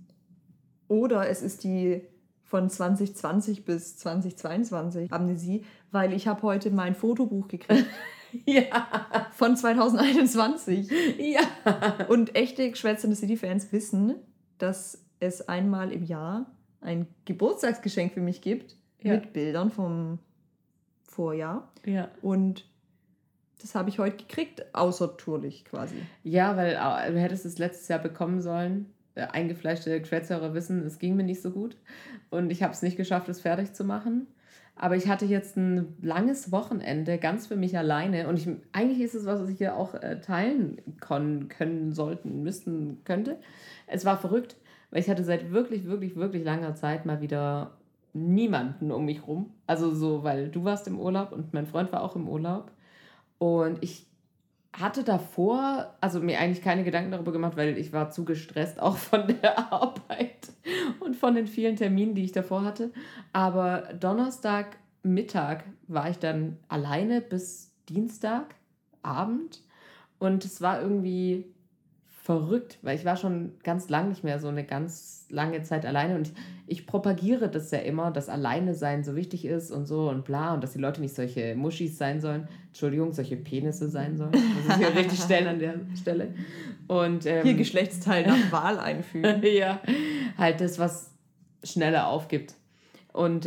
[SPEAKER 2] Oder es ist die von 2020 bis 2022 Amnesie, weil ich habe heute mein Fotobuch gekriegt. Ja. Von 2021. Ja. Und echte Geschwätzende City-Fans wissen, dass es einmal im Jahr ein Geburtstagsgeschenk für mich gibt mit Bildern vom Vorjahr. Ja. Und das habe ich heute gekriegt, außertourlich quasi.
[SPEAKER 1] Ja, weil du hättest es letztes Jahr bekommen sollen. Eingefleischte Geschwätzhörer wissen, es ging mir nicht so gut. Und ich habe es nicht geschafft, es fertig zu machen. Aber ich hatte jetzt ein langes Wochenende, ganz für mich alleine. Und eigentlich ist es was ich hier auch teilen können, könnte. Es war verrückt, weil ich hatte seit wirklich, wirklich, wirklich langer Zeit mal wieder niemanden um mich rum. Also so, weil du warst im Urlaub und mein Freund war auch im Urlaub. Und ich hatte davor, also mir eigentlich keine Gedanken darüber gemacht, weil ich war zu gestresst, auch von der Arbeit und von den vielen Terminen, die ich davor hatte. Aber Donnerstagmittag war ich dann alleine bis Dienstagabend und es war irgendwie verrückt, weil ich war schon ganz lang nicht mehr so eine ganz lange Zeit alleine und ich propagiere das ja immer, dass alleine sein so wichtig ist und so und bla und dass die Leute nicht solche Muschis sein sollen, Entschuldigung, solche Penisse sein sollen, muss ich hier richtig stellen an der Stelle. Und,
[SPEAKER 2] hier Geschlechtsteil nach Wahl einfügen.
[SPEAKER 1] Ja, halt das, was schneller aufgibt. Und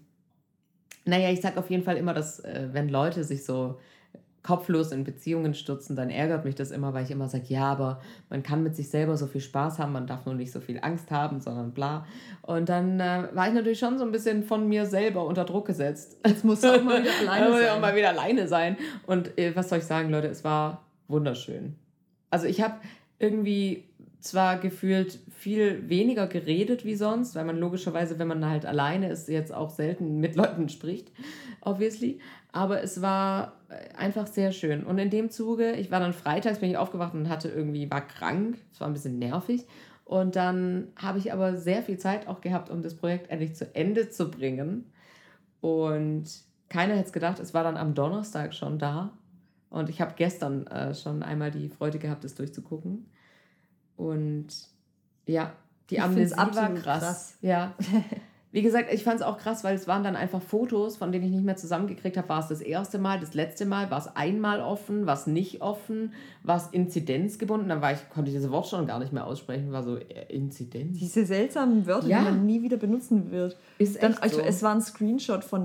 [SPEAKER 1] naja, ich sag auf jeden Fall immer, dass wenn Leute sich so kopflos in Beziehungen stürzen, dann ärgert mich das immer, weil ich immer sage, ja, aber man kann mit sich selber so viel Spaß haben, man darf nur nicht so viel Angst haben, sondern bla. Und dann war ich natürlich schon so ein bisschen von mir selber unter Druck gesetzt. Jetzt musst du auch mal wieder alleine sein. Auch mal wieder alleine sein. Und was soll ich sagen, Leute, es war wunderschön. Also ich habe irgendwie zwar gefühlt viel weniger geredet wie sonst, weil man logischerweise, wenn man halt alleine ist, jetzt auch selten mit Leuten spricht, obviously. Aber es war einfach sehr schön. Und in dem Zuge, ich war dann freitags, bin ich aufgewacht und war krank. Es war ein bisschen nervig. Und dann habe ich aber sehr viel Zeit auch gehabt, um das Projekt endlich zu Ende zu bringen. Und keiner hätte es gedacht, es war dann am Donnerstag schon da. Und ich habe gestern schon einmal die Freude gehabt, es durchzugucken. Und ja, die Amnesie war krass. Ja. Wie gesagt, ich fand es auch krass, weil es waren dann einfach Fotos, von denen ich nicht mehr zusammengekriegt habe. War es das erste Mal, das letzte Mal? War es einmal offen? War es nicht offen? War es inzidenzgebunden? Dann konnte ich das Wort schon gar nicht mehr aussprechen. War so Inzidenz.
[SPEAKER 2] Diese seltsamen Wörter, die man nie wieder benutzen wird.
[SPEAKER 1] Ist echt so.
[SPEAKER 2] Es war ein Screenshot von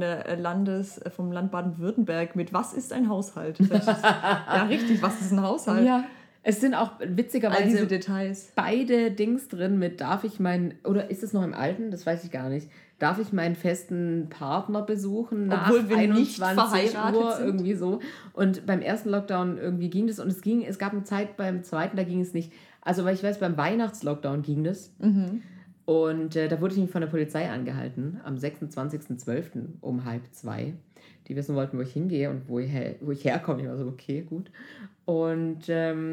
[SPEAKER 2] vom Land Baden-Württemberg mit "Was ist ein Haushalt?" Ja, richtig, was ist ein Haushalt?
[SPEAKER 1] Ja. Es sind auch witzigerweise
[SPEAKER 2] all diese Details.
[SPEAKER 1] Beide Dings drin mit oder ist es noch im Alten? Das weiß ich gar nicht. Darf ich meinen festen Partner besuchen nach
[SPEAKER 2] Obwohl wir
[SPEAKER 1] 21
[SPEAKER 2] nicht verheiratet
[SPEAKER 1] Uhr
[SPEAKER 2] sind.
[SPEAKER 1] irgendwie so. Und beim ersten Lockdown irgendwie ging das und es gab eine Zeit beim zweiten, da ging es nicht. Also weil ich weiß, beim Weihnachtslockdown ging das.
[SPEAKER 2] Mhm.
[SPEAKER 1] Und da wurde ich nämlich von der Polizei angehalten am 26.12. um 1:30. Die wissen wollten, wo ich hingehe und wo ich herkomme. Ich war so, okay, gut. Und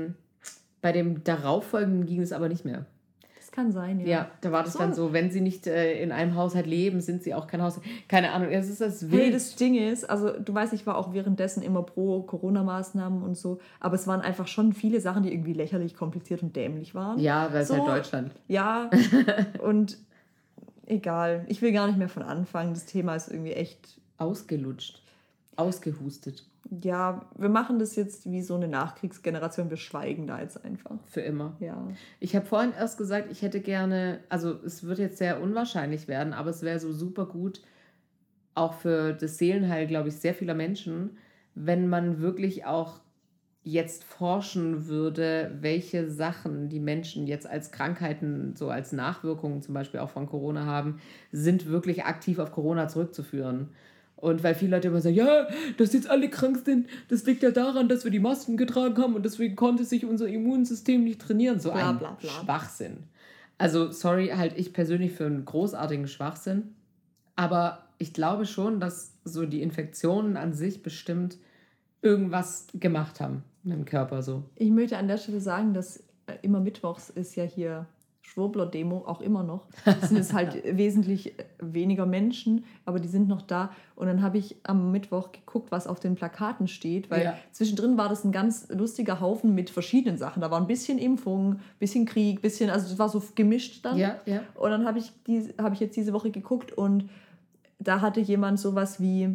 [SPEAKER 1] bei dem darauffolgenden ging es aber nicht mehr.
[SPEAKER 2] Das kann sein, ja.
[SPEAKER 1] Ja, da war das dann so, wenn sie nicht in einem Haushalt leben, sind sie auch kein Haushalt. Keine Ahnung, es ist das wild.
[SPEAKER 2] Hey, das Ding ist, also du weißt, ich war auch währenddessen immer pro Corona-Maßnahmen und so, aber es waren einfach schon viele Sachen, die irgendwie lächerlich, kompliziert und dämlich waren.
[SPEAKER 1] Ja, weil es halt Deutschland.
[SPEAKER 2] Ja, und egal. Ich will gar nicht mehr von anfangen. Das Thema ist irgendwie echt...
[SPEAKER 1] Ausgelutscht. Ausgehustet.
[SPEAKER 2] Ja, wir machen das jetzt wie so eine Nachkriegsgeneration. Wir schweigen da jetzt einfach.
[SPEAKER 1] Für immer.
[SPEAKER 2] Ja.
[SPEAKER 1] Ich habe vorhin erst gesagt, ich hätte gerne, also es wird jetzt sehr unwahrscheinlich werden, aber es wäre so super gut, auch für das Seelenheil, glaube ich, sehr vieler Menschen, wenn man wirklich auch jetzt forschen würde, welche Sachen die Menschen jetzt als Krankheiten, so als Nachwirkungen zum Beispiel auch von Corona haben, sind wirklich aktiv auf Corona zurückzuführen. Und weil viele Leute immer sagen, ja, dass jetzt alle krank sind, das liegt ja daran, dass wir die Masken getragen haben und deswegen konnte sich unser Immunsystem nicht trainieren. So ein Schwachsinn. Also, sorry, halt ich persönlich für einen großartigen Schwachsinn. Aber ich glaube schon, dass so die Infektionen an sich bestimmt irgendwas gemacht haben mit dem Körper so.
[SPEAKER 2] Ich möchte an der Stelle sagen, dass immer mittwochs ist ja hier Schwurbler-Demo, auch immer noch. Es sind jetzt halt wesentlich weniger Menschen, aber die sind noch da. Und dann habe ich am Mittwoch geguckt, was auf den Plakaten steht, weil zwischendrin war das ein ganz lustiger Haufen mit verschiedenen Sachen. Da war ein bisschen Impfung, ein bisschen Krieg, also es war so gemischt dann.
[SPEAKER 1] Ja.
[SPEAKER 2] Und dann habe ich jetzt diese Woche geguckt und da hatte jemand sowas wie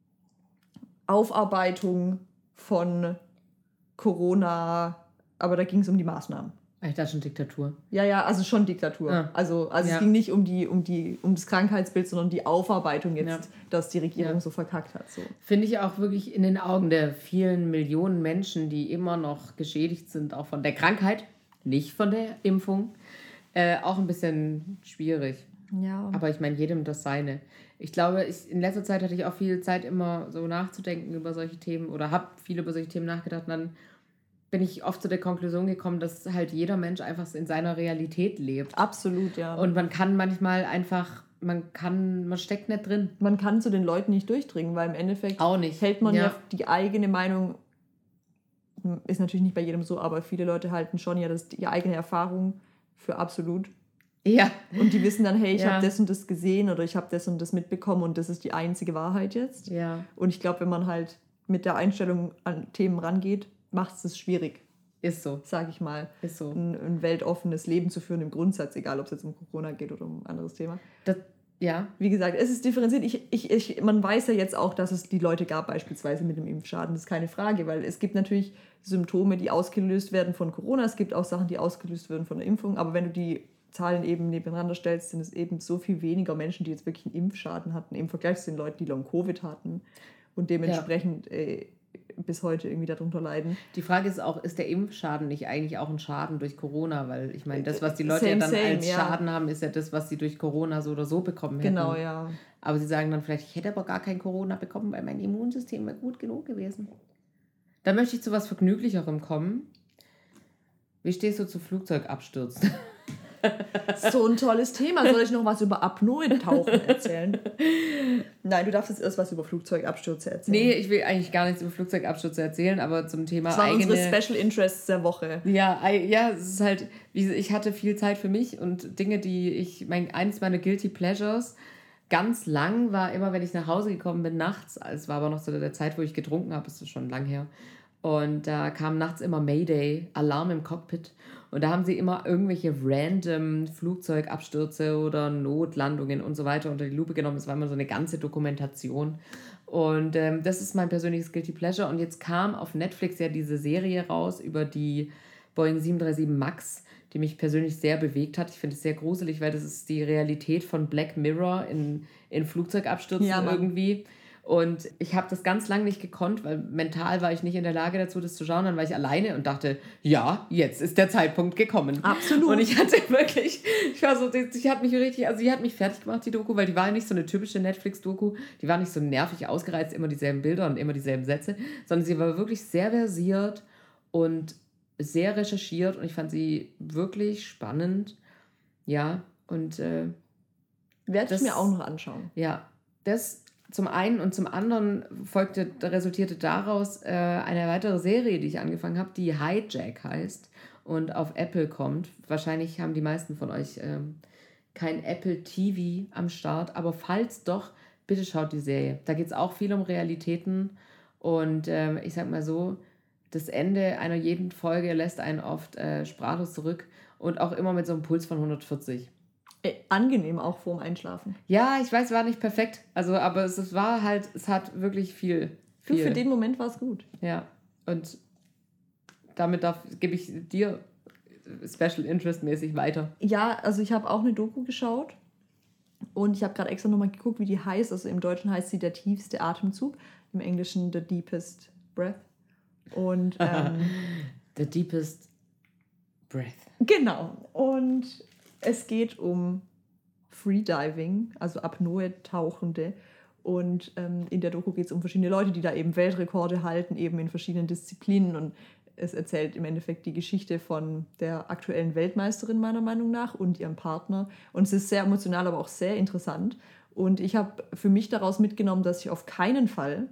[SPEAKER 2] Aufarbeitung von Corona, aber da ging es um die Maßnahmen.
[SPEAKER 1] Ich dachte schon Diktatur.
[SPEAKER 2] Ja, also schon Diktatur. Ja. Also es ging nicht um das Krankheitsbild, sondern die Aufarbeitung jetzt, dass die Regierung so verkackt hat. So.
[SPEAKER 1] Finde ich auch wirklich in den Augen der vielen Millionen Menschen, die immer noch geschädigt sind, auch von der Krankheit, nicht von der Impfung, auch ein bisschen schwierig.
[SPEAKER 2] Ja.
[SPEAKER 1] Aber ich meine, jedem das Seine. Ich glaube, in letzter Zeit hatte ich auch viel Zeit, immer so nachzudenken über solche Themen oder habe viel über solche Themen nachgedacht und dann bin ich oft zu der Konklusion gekommen, dass halt jeder Mensch einfach in seiner Realität lebt.
[SPEAKER 2] Absolut, ja.
[SPEAKER 1] Und man kann manchmal einfach, man steckt nicht drin.
[SPEAKER 2] Man kann zu den Leuten nicht durchdringen, weil im Endeffekt
[SPEAKER 1] auch nicht.
[SPEAKER 2] Hält man ja die eigene Meinung, ist natürlich nicht bei jedem so, aber viele Leute halten schon ja die eigene Erfahrung für absolut.
[SPEAKER 1] Ja.
[SPEAKER 2] Und die wissen dann, hey, ich habe das und das gesehen oder ich habe das und das mitbekommen und das ist die einzige Wahrheit jetzt.
[SPEAKER 1] Ja.
[SPEAKER 2] Und ich glaube, wenn man halt mit der Einstellung an Themen rangeht, macht es schwierig.
[SPEAKER 1] Ist so.
[SPEAKER 2] Sag ich mal.
[SPEAKER 1] Ist so.
[SPEAKER 2] Ein weltoffenes Leben zu führen im Grundsatz, egal ob es jetzt um Corona geht oder um ein anderes Thema.
[SPEAKER 1] Ja.
[SPEAKER 2] Wie gesagt, es ist differenziert. Man weiß ja jetzt auch, dass es die Leute gab, beispielsweise mit dem Impfschaden. Das ist keine Frage, weil es gibt natürlich Symptome, die ausgelöst werden von Corona. Es gibt auch Sachen, die ausgelöst werden von der Impfung. Aber wenn du die Zahlen eben nebeneinander stellst, sind es eben so viel weniger Menschen, die jetzt wirklich einen Impfschaden hatten, im Vergleich zu den Leuten, die Long-Covid hatten und dementsprechend bis heute irgendwie darunter leiden.
[SPEAKER 1] Die Frage ist auch, ist der Impfschaden nicht eigentlich auch ein Schaden durch Corona? Weil ich meine, das, was die Leute als Schaden haben, ist ja das, was sie durch Corona so oder so bekommen hätten.
[SPEAKER 2] Genau, ja.
[SPEAKER 1] Aber sie sagen dann vielleicht, ich hätte aber gar kein Corona bekommen, weil mein Immunsystem wäre gut genug gewesen. Da möchte ich zu was Vergnüglicherem kommen. Wie stehst du zu Flugzeugabstürzen?
[SPEAKER 2] So ein tolles Thema. Soll ich noch was über Apnoe-Tauchen erzählen? Nein, du darfst jetzt erst was über Flugzeugabstürze erzählen.
[SPEAKER 1] Nee, ich will eigentlich gar nichts über Flugzeugabstürze erzählen, aber zum Thema
[SPEAKER 2] das waren unsere Special Interests der Woche.
[SPEAKER 1] Ja, es ist halt, ich hatte viel Zeit für mich und Dinge, die eines meiner Guilty Pleasures ganz lang war immer, wenn ich nach Hause gekommen bin, nachts. Es war aber noch zu der Zeit, wo ich getrunken habe, das ist schon lang her. Und da kam nachts immer Mayday, Alarm im Cockpit. Und da haben sie immer irgendwelche random Flugzeugabstürze oder Notlandungen und so weiter unter die Lupe genommen. Es war immer so eine ganze Dokumentation. Und das ist mein persönliches Guilty Pleasure. Und jetzt kam auf Netflix ja diese Serie raus über die Boeing 737 MAX, die mich persönlich sehr bewegt hat. Ich finde es sehr gruselig, weil das ist die Realität von Black Mirror in Flugzeugabstürzen irgendwie. Und ich habe das ganz lange nicht gekonnt, weil mental war ich nicht in der Lage dazu, das zu schauen. Dann war ich alleine und dachte, ja, jetzt ist der Zeitpunkt gekommen.
[SPEAKER 2] Absolut.
[SPEAKER 1] Und ich hatte wirklich, sie hat mich fertig gemacht, die Doku, weil die war nicht so eine typische Netflix-Doku. Die war nicht so nervig ausgereizt, immer dieselben Bilder und immer dieselben Sätze, sondern sie war wirklich sehr versiert und sehr recherchiert und ich fand sie wirklich spannend. Ja, und
[SPEAKER 2] werde ich mir auch noch anschauen.
[SPEAKER 1] Ja, das zum einen und zum anderen resultierte daraus eine weitere Serie, die ich angefangen habe, die Hijack heißt und auf Apple kommt. Wahrscheinlich haben die meisten von euch kein Apple TV am Start, aber falls doch, bitte schaut die Serie. Da geht es auch viel um Realitäten und ich sag mal so, das Ende einer jeden Folge lässt einen oft sprachlos zurück und auch immer mit so einem Puls von 140.
[SPEAKER 2] Angenehm auch vorm Einschlafen.
[SPEAKER 1] Ja, ich weiß, war nicht perfekt. Also, aber es war halt, es hat wirklich viel.
[SPEAKER 2] Für den Moment war es gut.
[SPEAKER 1] Ja, und damit gebe ich dir Special Interest mäßig weiter.
[SPEAKER 2] Ja, also ich habe auch eine Doku geschaut und ich habe gerade extra nochmal geguckt, wie die heißt. Also im Deutschen heißt sie Der tiefste Atemzug, im Englischen The Deepest Breath. Und
[SPEAKER 1] The Deepest Breath.
[SPEAKER 2] Genau. Und es geht um Freediving, also Apnoe-Tauchende. Und in der Doku geht es um verschiedene Leute, die da eben Weltrekorde halten, eben in verschiedenen Disziplinen. Und es erzählt im Endeffekt die Geschichte von der aktuellen Weltmeisterin meiner Meinung nach und ihrem Partner. Und es ist sehr emotional, aber auch sehr interessant. Und ich habe für mich daraus mitgenommen, dass ich auf keinen Fall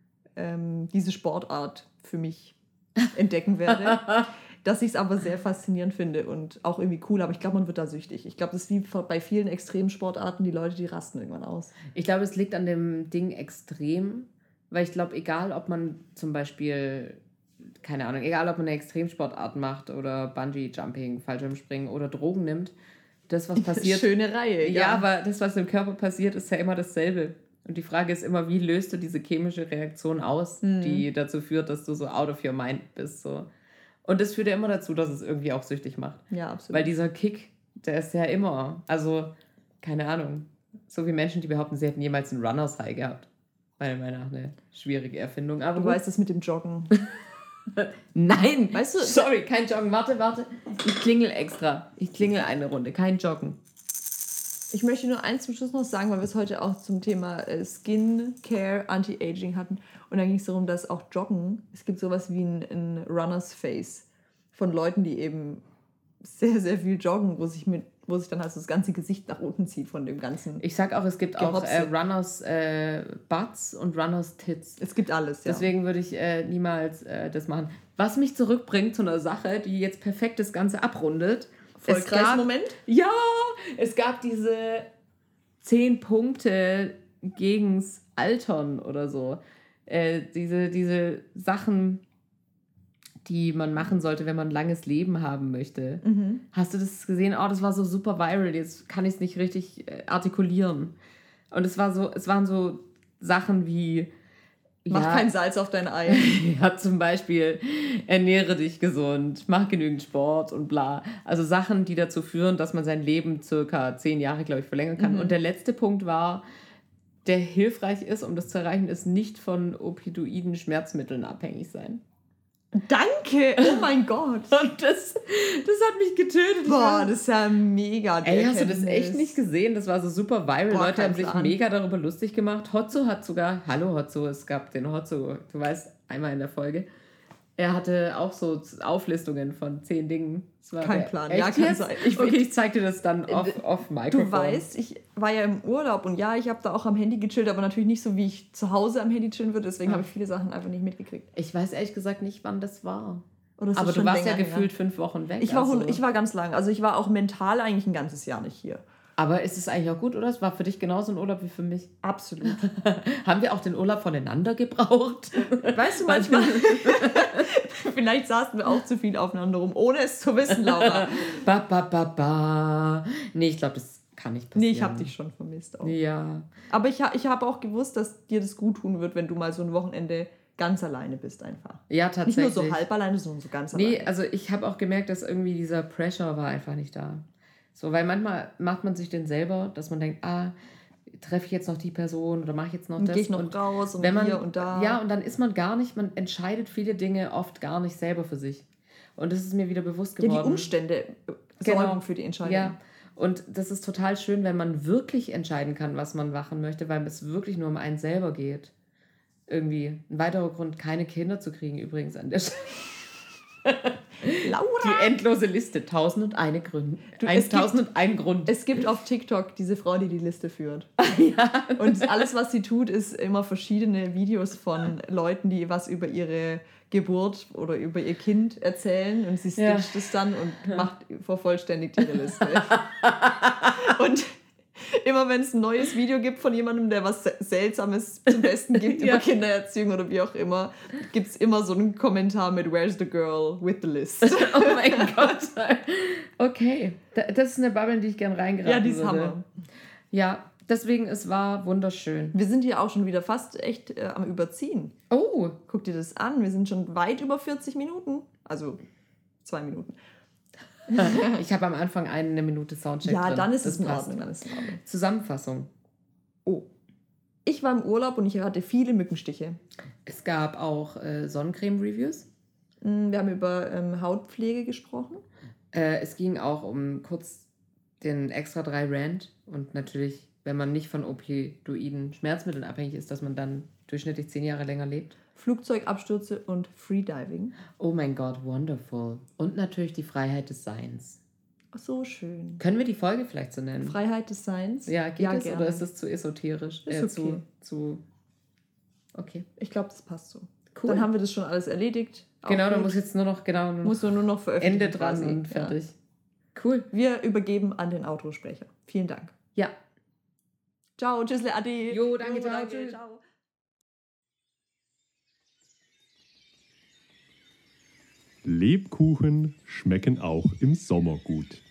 [SPEAKER 2] diese Sportart für mich entdecken werde. Dass ich es aber sehr faszinierend finde und auch irgendwie cool, aber ich glaube, man wird da süchtig. Ich glaube, das ist wie bei vielen Extremsportarten, die Leute, die rasten irgendwann aus.
[SPEAKER 1] Ich glaube, es liegt an dem Ding extrem, weil ich glaube, egal ob man zum Beispiel, keine Ahnung, egal ob man eine Extremsportart macht oder Bungee-Jumping, Fallschirmspringen oder Drogen nimmt, das, was passiert...
[SPEAKER 2] Schöne Reihe,
[SPEAKER 1] ja. Ja, aber das, was im Körper passiert, ist ja immer dasselbe. Und die Frage ist immer, wie löst du diese chemische Reaktion aus, die dazu führt, dass du so out of your mind bist, so. Und das führt ja immer dazu, dass es irgendwie auch süchtig macht.
[SPEAKER 2] Ja, absolut.
[SPEAKER 1] Weil dieser Kick, der ist ja immer, also, keine Ahnung, so wie Menschen, die behaupten, sie hätten jemals einen Runners High gehabt. Meiner Meinung nach eine schwierige Erfindung. Aber
[SPEAKER 2] du weißt das mit dem Joggen.
[SPEAKER 1] Nein, weißt du, sorry, kein Joggen. Warte. Ich klingel extra. Ich klingel eine Runde, kein Joggen.
[SPEAKER 2] Ich möchte nur eins zum Schluss noch sagen, weil wir es heute auch zum Thema Skin Care, Anti-Aging hatten. Und dann ging es darum, dass auch Joggen, es gibt sowas wie ein Runners Face von Leuten, die eben sehr, sehr viel joggen, wo sich dann halt so das ganze Gesicht nach unten zieht von dem ganzen.
[SPEAKER 1] Ich sag auch, es gibt Gehopse. Auch Runners Butts und Runners Tits.
[SPEAKER 2] Es gibt alles, ja.
[SPEAKER 1] Deswegen würde ich niemals das machen. Was mich zurückbringt zu einer Sache, die jetzt perfekt das Ganze abrundet.
[SPEAKER 2] Vollkreismoment?
[SPEAKER 1] Ja, es gab diese 10 Punkte gegens Altern oder so. Diese Sachen, die man machen sollte, wenn man ein langes Leben haben möchte. Mhm. Hast du das gesehen? Oh, das war so super viral. Jetzt kann ich es nicht richtig artikulieren. Und es waren so Sachen wie...
[SPEAKER 2] Mach kein Salz auf dein Ei.
[SPEAKER 1] Ja, zum Beispiel ernähre dich gesund, mach genügend Sport und bla. Also Sachen, die dazu führen, dass man sein Leben circa 10 Jahre, glaube ich, verlängern kann. Mhm. Und der letzte Punkt war, der hilfreich ist, um das zu erreichen, ist nicht von opioiden Schmerzmitteln abhängig sein.
[SPEAKER 2] Danke! Oh mein Gott!
[SPEAKER 1] Und das hat mich getötet.
[SPEAKER 2] Boah, das ist ja mega.
[SPEAKER 1] Ey, hast du das echt nicht gesehen? Das war so super viral. Boah, Leute haben sich mega darüber lustig gemacht. Hotzo hat sogar... Hallo Hotzo, es gab den Hotzo, du weißt, einmal in der Folge. Er hatte auch so Auflistungen von 10 Dingen.
[SPEAKER 2] Kein Plan.
[SPEAKER 1] Ja, kann sein. Ich zeig dir das dann off Mikrofon.
[SPEAKER 2] Du weißt, ich war ja im Urlaub und ja, ich habe da auch am Handy gechillt, aber natürlich nicht so, wie ich zu Hause am Handy chillen würde. Deswegen habe ich viele Sachen einfach nicht mitgekriegt.
[SPEAKER 1] Ich weiß ehrlich gesagt nicht, wann das war. Aber du warst ja gefühlt 5 Wochen weg.
[SPEAKER 2] Ich war ganz lang. Also ich war auch mental eigentlich ein ganzes Jahr nicht hier.
[SPEAKER 1] Aber ist es eigentlich auch gut, oder? Es war für dich genauso ein Urlaub wie für mich.
[SPEAKER 2] Absolut.
[SPEAKER 1] Haben wir auch den Urlaub voneinander gebraucht?
[SPEAKER 2] Weißt du, manchmal... Vielleicht saßen wir auch zu viel aufeinander rum, ohne es zu wissen, Laura.
[SPEAKER 1] Nee, ich glaube, das kann nicht passieren.
[SPEAKER 2] Nee, ich habe dich schon vermisst auch.
[SPEAKER 1] Ja.
[SPEAKER 2] Aber ich habe auch gewusst, dass dir das gut tun wird, wenn du mal so ein Wochenende ganz alleine bist einfach.
[SPEAKER 1] Ja, tatsächlich.
[SPEAKER 2] Nicht nur so halb alleine, sondern so ganz alleine.
[SPEAKER 1] Nee, also ich habe auch gemerkt, dass irgendwie dieser Pressure war einfach nicht da. So, weil manchmal macht man sich den selber, dass man denkt, treffe ich jetzt noch die Person oder mache ich jetzt noch das?
[SPEAKER 2] Gehe ich noch raus und
[SPEAKER 1] wenn man,
[SPEAKER 2] hier und da.
[SPEAKER 1] Ja, und dann ist man entscheidet viele Dinge oft gar nicht selber für sich. Und das ist mir wieder bewusst geworden.
[SPEAKER 2] Ja, die Umstände sorgen für die Entscheidung.
[SPEAKER 1] Ja, und das ist total schön, wenn man wirklich entscheiden kann, was man machen möchte, weil es wirklich nur um einen selber geht. Irgendwie. Ein weiterer Grund, keine Kinder zu kriegen, übrigens an der Stelle.
[SPEAKER 2] Laura!
[SPEAKER 1] Die endlose Liste. 1001 Gründe. 1001 Grund.
[SPEAKER 2] Es gibt auf TikTok diese Frau, die Liste führt. Ja. Und alles, was sie tut, ist immer verschiedene Videos von Leuten, die was über ihre Geburt oder über ihr Kind erzählen. Und sie stitcht es dann und vervollständigt ihre Liste. Und immer wenn es ein neues Video gibt von jemandem, der was Seltsames zum Besten gibt über Kindererziehung oder wie auch immer, gibt es immer so einen Kommentar mit "Where's the girl with the list?"
[SPEAKER 1] Oh mein Gott. Okay, das ist eine Bubble, in die ich gerne reingeraten würde.
[SPEAKER 2] Ja, die ist Hammer.
[SPEAKER 1] Ja, deswegen, es war wunderschön.
[SPEAKER 2] Wir sind hier auch schon wieder fast echt am Überziehen.
[SPEAKER 1] Oh.
[SPEAKER 2] Guck dir das an, wir sind schon weit über 40 Minuten. Also 2 Minuten.
[SPEAKER 1] Ich habe am Anfang eine Minute Soundcheck
[SPEAKER 2] drin. Ja,
[SPEAKER 1] drin.
[SPEAKER 2] dann ist es in Ordnung.
[SPEAKER 1] Zusammenfassung.
[SPEAKER 2] Oh. Ich war im Urlaub und ich hatte viele Mückenstiche.
[SPEAKER 1] Es gab auch Sonnencreme-Reviews.
[SPEAKER 2] Wir haben über Hautpflege gesprochen.
[SPEAKER 1] Es ging auch um kurz den extra 3 Rant. Und natürlich, wenn man nicht von Opioiden Schmerzmitteln abhängig ist, dass man dann durchschnittlich 10 Jahre länger lebt.
[SPEAKER 2] Flugzeugabstürze und Freediving.
[SPEAKER 1] Oh mein Gott, wonderful. Und natürlich die Freiheit des Seins.
[SPEAKER 2] So schön.
[SPEAKER 1] Können wir die Folge vielleicht so nennen?
[SPEAKER 2] Freiheit des Seins?
[SPEAKER 1] Ja, geht das oder ist das zu esoterisch?
[SPEAKER 2] Ist okay.
[SPEAKER 1] Okay.
[SPEAKER 2] Ich glaube, das passt so.
[SPEAKER 1] Cool.
[SPEAKER 2] Dann haben wir das schon alles erledigt.
[SPEAKER 1] Genau, dann muss jetzt nur noch
[SPEAKER 2] veröffentlichen.
[SPEAKER 1] Ende dran und fertig. Ja. Cool.
[SPEAKER 2] Wir übergeben an den Autosprecher. Vielen Dank.
[SPEAKER 1] Ja.
[SPEAKER 2] Ciao, tschüssle, ade.
[SPEAKER 1] Jo, danke, ciao.
[SPEAKER 2] Ciao.
[SPEAKER 3] Lebkuchen schmecken auch im Sommer gut.